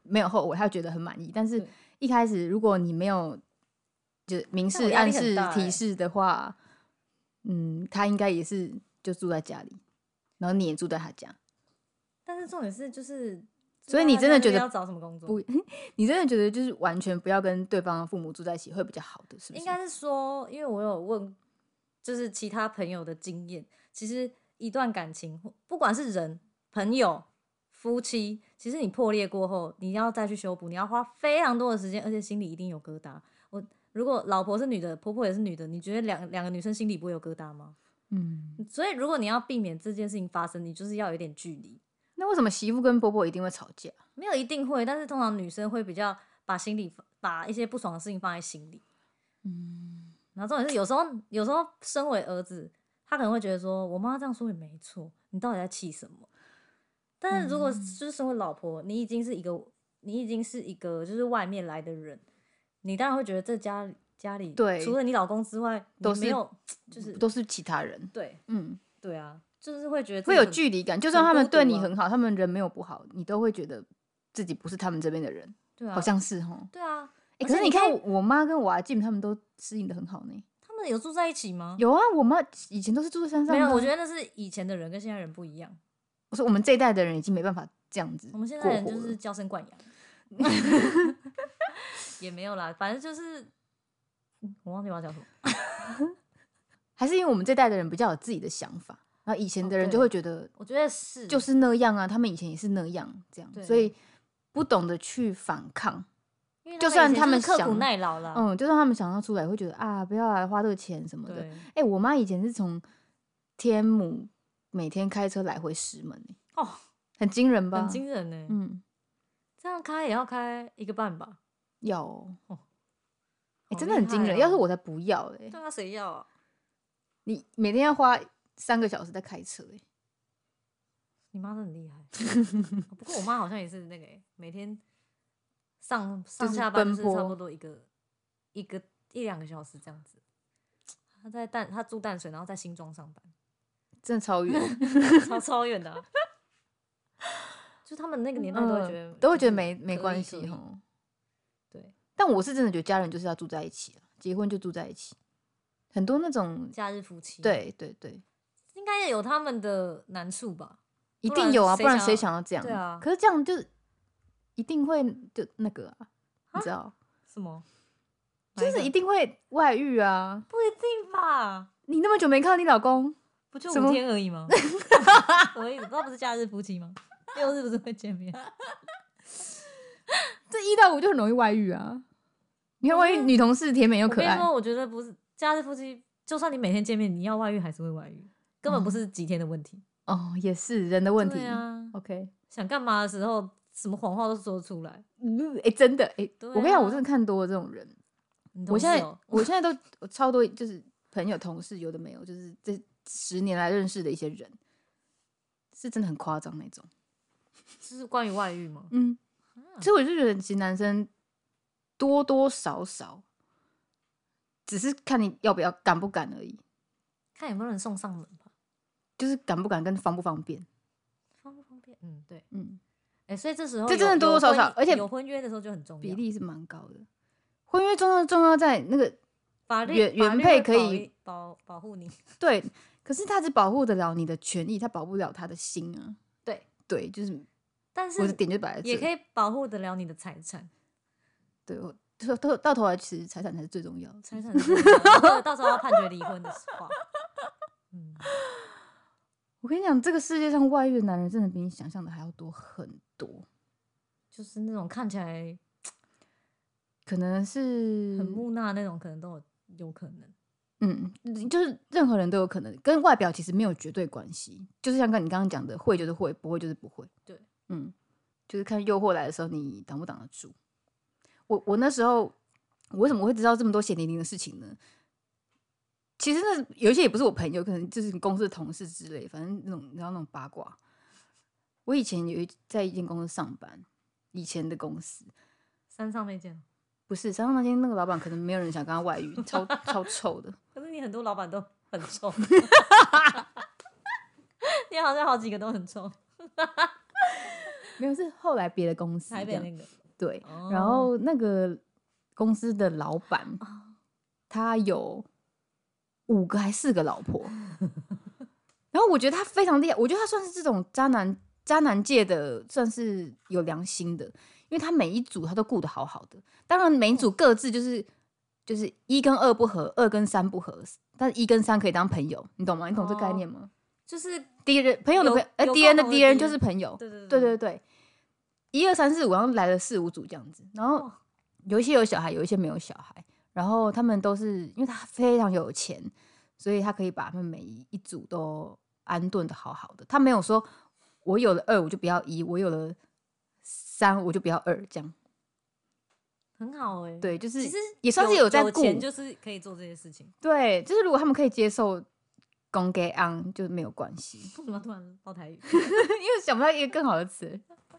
没有后悔，他觉得很满意。但是一开始如果你没有就明示暗示提示的话，嗯，他应该也是就住在家里，然后你也住在他家。 但是重点是就是， 所以你真的觉得要找什么工作？ 不，你真的觉得就是完全不要跟对方的父母住在一起会比较好的，是不是？ 应该是说，因为我有问，就是其他朋友的经验，其实一段感情，不管是人、朋友、夫妻，其实你破裂过后，你要再去修补，你要花非常多的时间，而且心里一定有疙瘩。我如果老婆是女的，婆婆也是女的，你觉得两两个女生心里不会有疙瘩吗？嗯，所以如果你要避免这件事情发生，你就是要有点距离。 那为什么媳妇跟婆婆一定会吵架？ 没有一定会，但是通常女生会比较把心里把一些不爽的事情放在心里。嗯，然后重点是有时候有时候身为儿子，他可能会觉得说，我妈这样说也没错，你到底在气什么？但是如果就是身为老婆，你已经是一个你已经是一个就是外面来的人，你当然会觉得这家家里对除了你老公之外，都没有就是都是其他人。 对，嗯，对啊。就是会觉得会有距离感，就算他们对你很好，他们人没有不好，你都会觉得自己不是他们这边的人。 对啊， 好像是齁。 对啊， 欸、可是你看我妈跟我阿静他们都适应的很好呢。 他们有住在一起吗？ 有啊，我妈以前都是住在山上。 没有，我觉得那是以前的人跟现在人不一样。 我说我们这一代的人已经没办法这样子， 我们现在人就是娇生惯养，也没有啦，反正就是我忘记我要讲什么， 还是因为我们这代的人比较有自己的想法。然后以前的人就会觉得， 哦、我觉得是就是那样啊，他们以前也是那样，这样，所以不懂得去反抗。就算他们刻苦耐劳啦， 嗯，就算他们想要出来，会觉得啊，不要来花这个钱什么的。哎、欸，我妈以前是从天母每天开车来回石门、欸，哦，很惊人吧？ 很惊人呢、欸。嗯，这样开也要开一个半吧？ 要哦，哎、欸，真的很惊人。哦、要是我才不要嘞、欸。 对啊，谁要啊？ 你每天要花三个小时在开车、欸， 你妈真的很厉害。不过我妈好像也是那个、欸，每天上上下班就是差不多一个一个一两个小时这样子。她在淡，她住淡水，然后在新庄上班， 真的超远， 超超远的、啊。就他们那个年代都会觉得、 嗯、都会觉得没没关系哈。对，但我是真的觉得家人就是要住在一起，结婚就住在一起。很多那种假日夫妻， 对对对，应该也有他们的难处吧？ 一定有啊，不然谁想要这样？ 对啊， 可是这样就一定会就那个啊，你知道什么？ 就是一定会外遇啊？ 不一定吧？ 你那么久没看到你老公， 不就五天而已吗？我意思，那不是假日夫妻吗？六日不是会见面？ 这一到五就很容易外遇啊！你看，万一女同事甜美又可爱， 我跟你说，我觉得不是假日夫妻，就算你每天见面，你要外遇还是会外遇，根本不是几天的问题。 哦，哦也是人的问题。 对啊 ，OK， 想干嘛的时候，什么谎话都说出来。 嗯，哎、欸，真的，哎、欸啊，我跟你讲，我真的看多了这种人。 我现在，我现在都我超多，就是朋友、同事，有的没有，就是这十年来认识的一些人，是真的很夸张那种。 这是关于外遇吗？ 嗯，所以我就觉得，其实男生多多少少，只是看你要不要敢不敢而已， 看有没有人送上门吧。 就是敢不敢跟方不方便， 方不方便？嗯，对，嗯，哎、欸，所以这时候这真的多多少少，而且有婚约的时候就很重要， 比例是蛮高的。婚约重要重要在那个法律原原配可以保保护你， 对，可是他只保护得了你的权益，他保不了他的心啊。 对对，就是， 但是我的点就摆在这， 也可以保护得了你的财产。 对，我到到头来，其实财产才是最重要的。 财产是最重要的，到时候要判决离婚的话，嗯， 我跟你讲，这个世界上外遇的男人真的比你想象的还要多很多， 就是那种看起来可能是很木讷那种，可能都有有可能。 嗯，就是任何人都有可能，跟外表其实没有绝对关系。就是像跟你刚刚讲的，会就是会，不会就是不会。 对， 嗯，就是看诱惑来的时候，你挡不挡得住。我我那时候，我为什么会知道这么多血淋淋的事情呢？其实那有一些也不是我朋友，可能就是公司的同事之类，反正那种你知道那种八卦。我以前有一在一间公司上班，以前的公司， 山上那间不是山上那间，那个老板可能没有人想跟他外遇，超超臭的。 可是你很多老板都很臭，你好像好几个都很臭。 没有是后来别的公司台北那个对， 哦然后那个公司的老板哦他有五个还四个老婆，然后我觉得他非常厉害，我觉得他算是这种渣男渣男界的算是有良心的，因为他每一组他都顾得好好的，当然每一组各自就是就是一跟二不合，二跟三不合，但是一跟三可以当朋友，你懂吗？你懂这概念吗？ 就是敌人朋友的朋友，呃， 有敌人的共同的敌人敌人就是朋友， 对对对对对，一二三四五，然后来了四五组这样子，然后哇有一些有小孩，有一些没有小孩，然后他们都是因为他非常有钱，所以他可以把他们每一组都安顿的好好的，他没有说我有了二我就不要一，我有了三我就不要二这样， 很好哎、 对，就是其实也算是有在顾， 钱，就是可以做这些事情。 对，就是如果他们可以接受公给昂就没有关系， 为什么突然爆台语？ 因为想不到一个更好的词。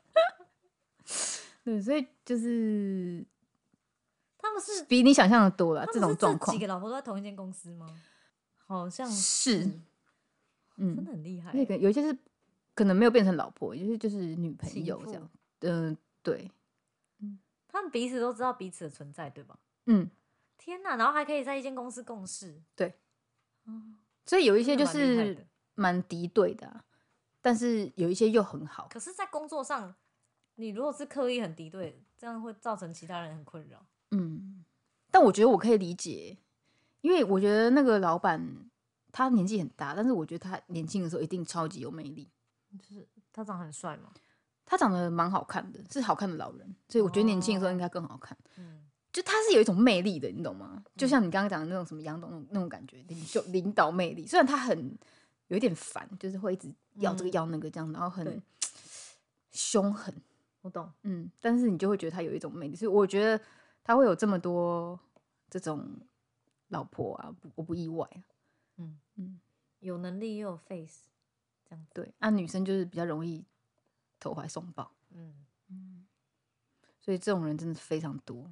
对，所以就是他们是比你想象的多了，这他们是种状况几个老婆都在同一间公司吗？好像是，嗯， 真的很厉害欸、 那个有一些是可能没有变成老婆，有些就是女朋情妇友这样。嗯、对， 他们彼此都知道彼此的存在，对吧？ 嗯， 天哪，然后还可以在一间公司共事， 对， 嗯， 所以有一些就真的蛮厉害是的蛮敌对的啊、但是有一些又很好。 可是，在工作上，你如果是刻意很敌对，这样会造成其他人很困扰。 嗯，但我觉得我可以理解，因为我觉得那个老板他年纪很大，但是我觉得他年轻的时候一定超级有魅力。 就是他长得很帅嘛， 他长得蛮好看的，是好看的老人，所以我觉得年轻的时候应该更好看。 嗯， 就他是有一种魅力的，你懂吗？就像你刚刚讲的那种什么杨董那种那种感觉，领袖领导魅力。虽然他很有一点烦，就是会一直要这个嗯要那个这样，然后很对凶狠， 我懂。 嗯，但是你就会觉得他有一种魅力，所以我觉得他会有这么多这种老婆啊，不我不意外啊。 嗯嗯， 有能力又有 face，这样子。 对，啊，女生就是比较容易投怀送抱， 嗯， 所以这种人真的非常多。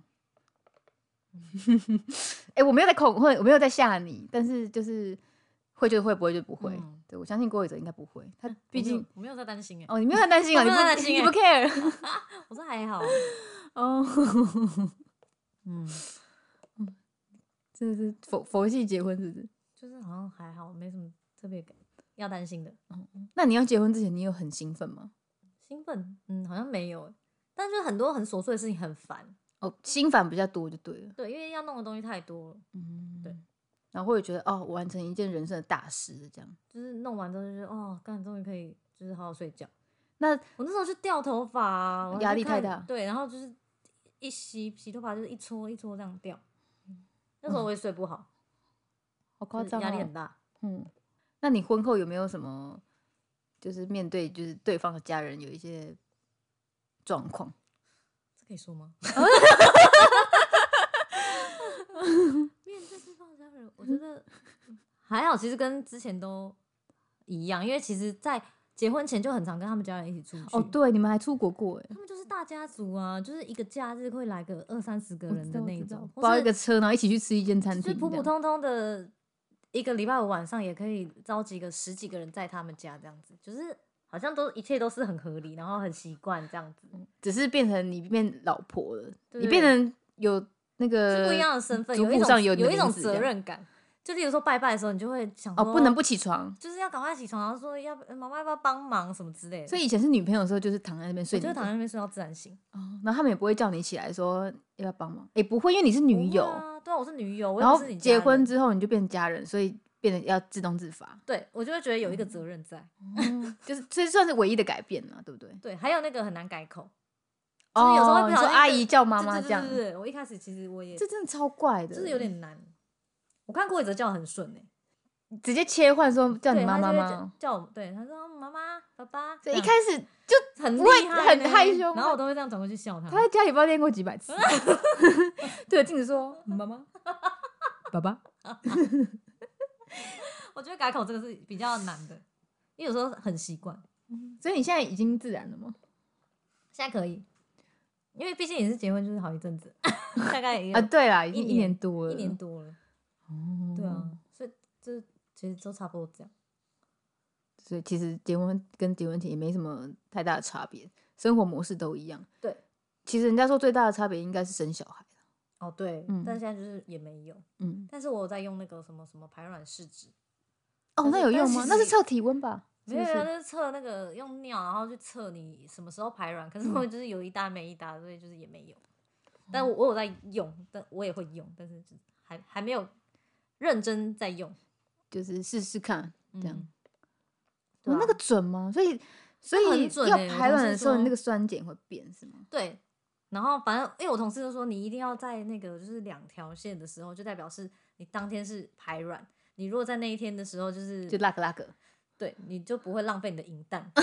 哎、欸，我没有在恐吓，我没有在吓你，但是就是会就会，不会就不会。 嗯对我相信郭伟哲应该不会，他毕竟我没有在担心哎、 哦，你没有很担心啊， 我你不没有在担心欸你不 care 我说还好。 哦， 嗯， 真的是佛佛系结婚是不是？ 就是好像还好，没什么特别要担心的。 那你要结婚之前，你有很兴奋吗？ 兴奋，嗯，好像没有欸，但就是很多很琐碎的事情很烦。 哦，心烦比较多就对了。 对，因为要弄的东西太多了， 嗯， 对。 然后会觉得哦，我完成一件人生的大事，这样。 就是弄完之后就觉得哦，干终于可以就是好好睡觉。 那我那时候就掉头发啊，我还压力去看太大对，然后就是一洗洗头发就是一撮一撮这样掉。那时候我也睡不好，就是好夸张、哦， 压力很大。 嗯，那你婚后有没有什么，就是面对就是对方的家人有一些状况？ 这可以说吗？面对对方的家人，我觉得还好，其实跟之前都一样，因为其实，在结婚前就很常跟他们家人一起出去。 哦，对，你们还出国过哎， 他们就是大家族啊，就是一个假日会来个二三十个人的那一种， 包一个或车，然后一起去吃一间餐是厅， 就普普通通的一个礼拜五晚上也可以召集个十几个人在他们家这样子，就是好像都一切都是很合理，然后很习惯这样子， 只是变成你变老婆了， 对你变成有那个是不一样的身份，有一族谱上有种有一种名字这样责任感。就例如说拜拜的时候，你就会想说哦，不能不起床。 就是要赶快起床，然后说要呃妈妈要不要帮忙什么之类的。 所以以前是女朋友的时候，就是躺在那边睡你的， 我就会躺在那边睡到自然醒。 哦，然后他们也不会叫你起来说要不要帮忙，也不会，因为你是女友， 不会啊，对啊，我是女友，我然后又不是你家结婚人之后你就变成家人，所以变得要自动自发， 对我就会觉得有一个责任在。 就是这算是唯一的改变了，对不对？ 对，还有那个很难改口， 哦， 就是有时候会不你小心就说阿姨叫妈妈对这样， 对对对对，我一开始其实我也这真的超怪的， 就是有点难。我看郭伟哲叫得很顺诶， 直接切换说叫你对， 妈妈他就会吗？ 叫叫我，对，他说妈妈、爸爸， 这一样开始就很不会很厉害呢害羞吗然后我都会这样转过去笑他。 他在家里不知道练过几百次，对着镜子说妈妈、爸爸， 我觉得改口这个是比较难的，因为有时候很习惯， 所以你现在已经自然了吗？ 现在可以，因为毕竟也是结婚就是好一阵子，大概也有啊，对啦，已经一一年年多了， 一年多了， 哦， 对啊，所以这其实都差不多这样。 所以其实结婚跟结婚前也没什么太大的差别， 生活模式都一样。 对， 其实人家说最大的差别应该是生小孩。 哦对， 嗯但现在就是也没有。 嗯， 但是我有在用那个什么什么排卵试纸。 哦，那有用吗？那是测体温吧？ 没有，那是测那个用尿，然后去测你什么时候排卵。可是我就是有一搭没一搭，所以就是也没有。但我我有在用，但我也会用，但是还还没有认真在用， 就是试试看这样。 嗯哦，那个准吗？所以所以欸要排卵的时候，你那个酸碱会变是吗？ 对。然后反正因为我同事就说，你一定要在那个就是两条线的时候，就代表是你当天是排卵。你如果在那一天的时候就是就拉个拉个，对， 你就不会浪费你的银弹。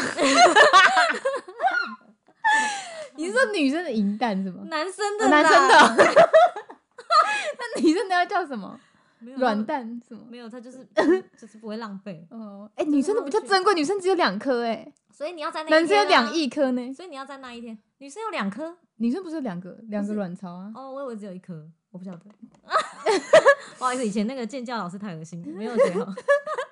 你是说女生的银弹是吗？ 男生的、 哦，男生的、哦。那女生的要叫什么？软蛋是吗？ 没有，它就是、就是、就是不会浪费。 哦，哎、欸，女生的比较珍贵，女生只有两颗哎， 所以你要在那一天、啊， 男生有两亿颗呢， 所以你要在那一天，女生有两颗， 女生不是有两个两个卵巢啊？ 哦，我以为只有一颗，我不晓得。不好意思，以前那个建教老师太恶心，没有学好。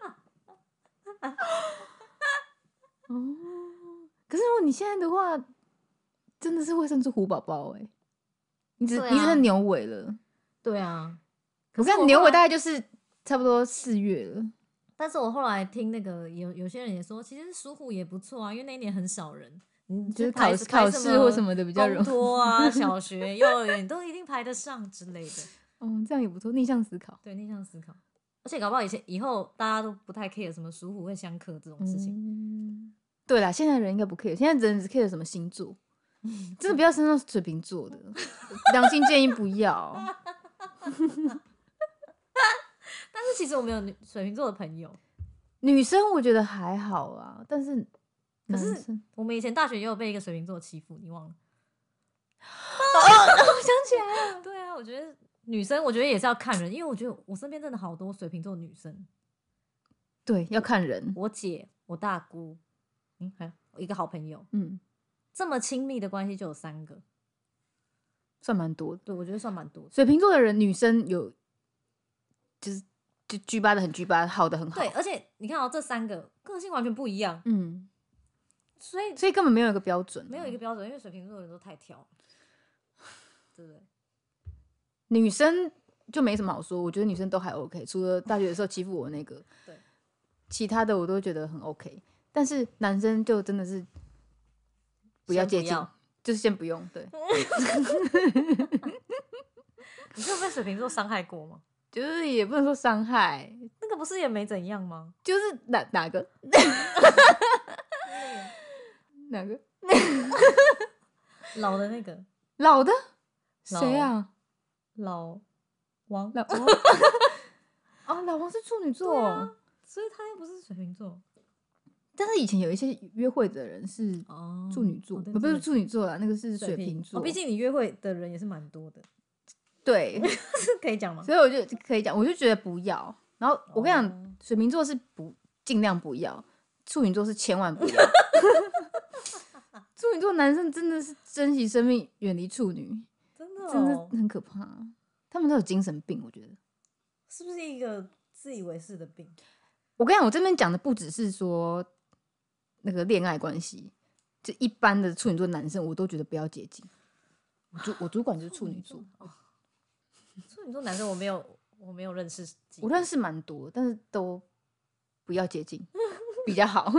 哦，可是如果你现在的话，真的是会生出虎宝宝哎，你只、啊、你只是牛尾了。 对啊， 可是牛尾大概就是差不多四月了。 但是我后来听那个有有些人也说，其实属虎也不错啊，因为那一年很少人，你就是考考试或什么的比较容易， 公托啊、小学、幼儿园你都一定排得上之类的。 哦，这样也不错，逆向思考。 对，逆向思考。而且搞不好以前以后大家都不太 care 什么属虎会相克这种事情。 嗯，对啦，现在人应该不 care，现在人只 care 什么星座，真的不要生到水瓶座的，良心建议不要。 但是其实我们有水瓶座的朋友， 女生我觉得还好啊，但是可是我们以前大学也有被一个水瓶座欺负，你忘了？ 哦，我想起来了。 对啊，我觉得女生我觉得也是要看人，因为我觉得我身边真的好多水瓶座女生。 对，要看人。 我姐、我大姑，嗯，还有一个好朋友， 嗯， 这么亲密的关系就有三个， 算蛮多的。 对，我觉得算蛮多的。 水瓶座的人，女生有就是就居巴的很居巴，好的很好。 对，而且你看哦，这三个个性完全不一样， 嗯， 所以所以根本没有一个标准、啊， 没有一个标准，因为水瓶座的人都太挑了，对不对？ 女生就没什么好说，我觉得女生都还 OK， 除了大学的时候欺负我那个， 对， 其他的我都觉得很 OK。但是男生就真的是不要接近，就是先不用。对， 你有被水瓶座伤害过吗？ 就是也不能说伤害， 那个不是也没怎样吗？ 就是哪哪个哪个老的那个老的谁啊？ 老王老王哦，老王是处女座、 啊，所以他又不是水瓶座。 但是以前有一些约会的人是处女座，哦哦、不是处女座啦，那个是水瓶座。 毕、哦、竟你约会的人也是蛮多的。 对， 是可以讲吗？ 所以我就可以讲，我就觉得不要。然后我跟你讲，哦、水瓶座是不尽量不要，处女座是千万不要。处女座男生真的是珍惜生命，远离处女， 真的、哦、 真的很可怕。他们都有精神病，我觉得是不是一个自以为是的病？ 我跟你讲，我这边讲的不只是说那个恋爱关系，就一般的处女座男生，我都觉得不要接近。我主我主管就是处女座。 处女座男生我没有，我没有认识， 我认识蛮多，但是都不要接近比较好。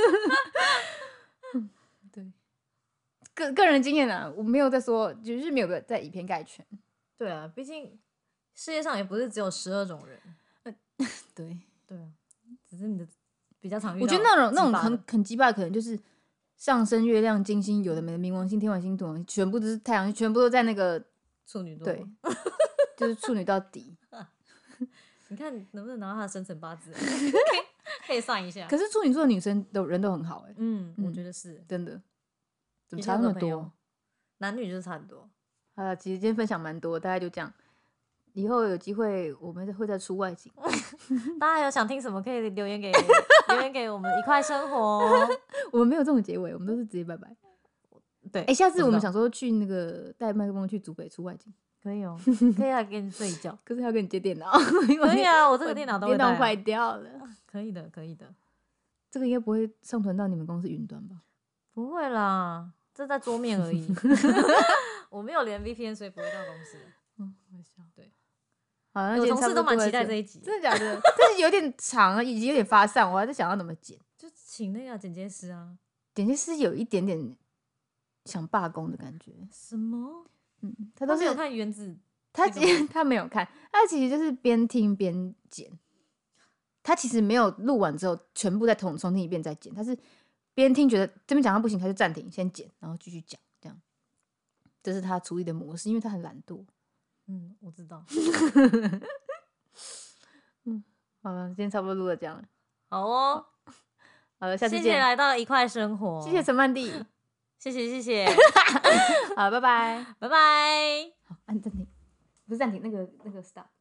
对，个个人经验啊，我没有在说，就是没有在以偏概全。 对啊，毕竟世界上也不是只有十二种人。 呃、对对啊，只是你的比较常遇到。 我觉得那种那种很很鸡巴，可能就是上升、月亮、金星，有的没的，冥王星、天王星、土王星，全部都是太阳，全部都在那个处女座。 对。就是处女到底， 你看能不能拿到他的生辰八字，可以算一下。 可是处女座的女生都人都很好哎、欸， 嗯，我觉得是真的，怎么差那么多？ 男女就是差很多。 好了，其实今天分享蛮多，大概就这样。以后有机会我们会再出外景， 大家有想听什么可以留言给留言给我们一块生活。 我们没有这种结尾，我们都是直接拜拜。 对， 哎、欸，下次我们想说去那个带麦克风去竹北出外景。 可以哦，可以来给你睡一觉。 可是要跟你接电脑。 可以啊，我这个电脑都会带、啊、 电脑坏掉了。 可以的，可以的。 这个应该不会上传到你们公司云端吧？ 不会啦， 这在桌面而已。我没有连 V P N， 所以不会到公司。 嗯，好笑。 对， 好，那我今天同事都蛮差不多期待这一集， 真的假的？但是有点长，已经有点发散，我还在想要怎么剪。 就请那个剪接师啊。 剪接师有一点点想罢工的感觉。 什么？ 嗯，他都是他没有看原子， 他那个吗他没有看，他其实就是边听边剪。他其实没有录完之后全部再重重听一遍再剪，他是边听觉得这边讲到不行，他就暂停先剪，然后继续讲，这样。这是他处理的模式，因为他很懒惰。 嗯，我知道。 嗯，好了，今天差不多录了这样了。 好哦， 好了，下次见。 谢谢来到一块生活， 谢谢陈曼蒂， 谢谢谢谢， 好，拜拜， 拜拜。 好，按暂停，不是暂停，那个那个 stop。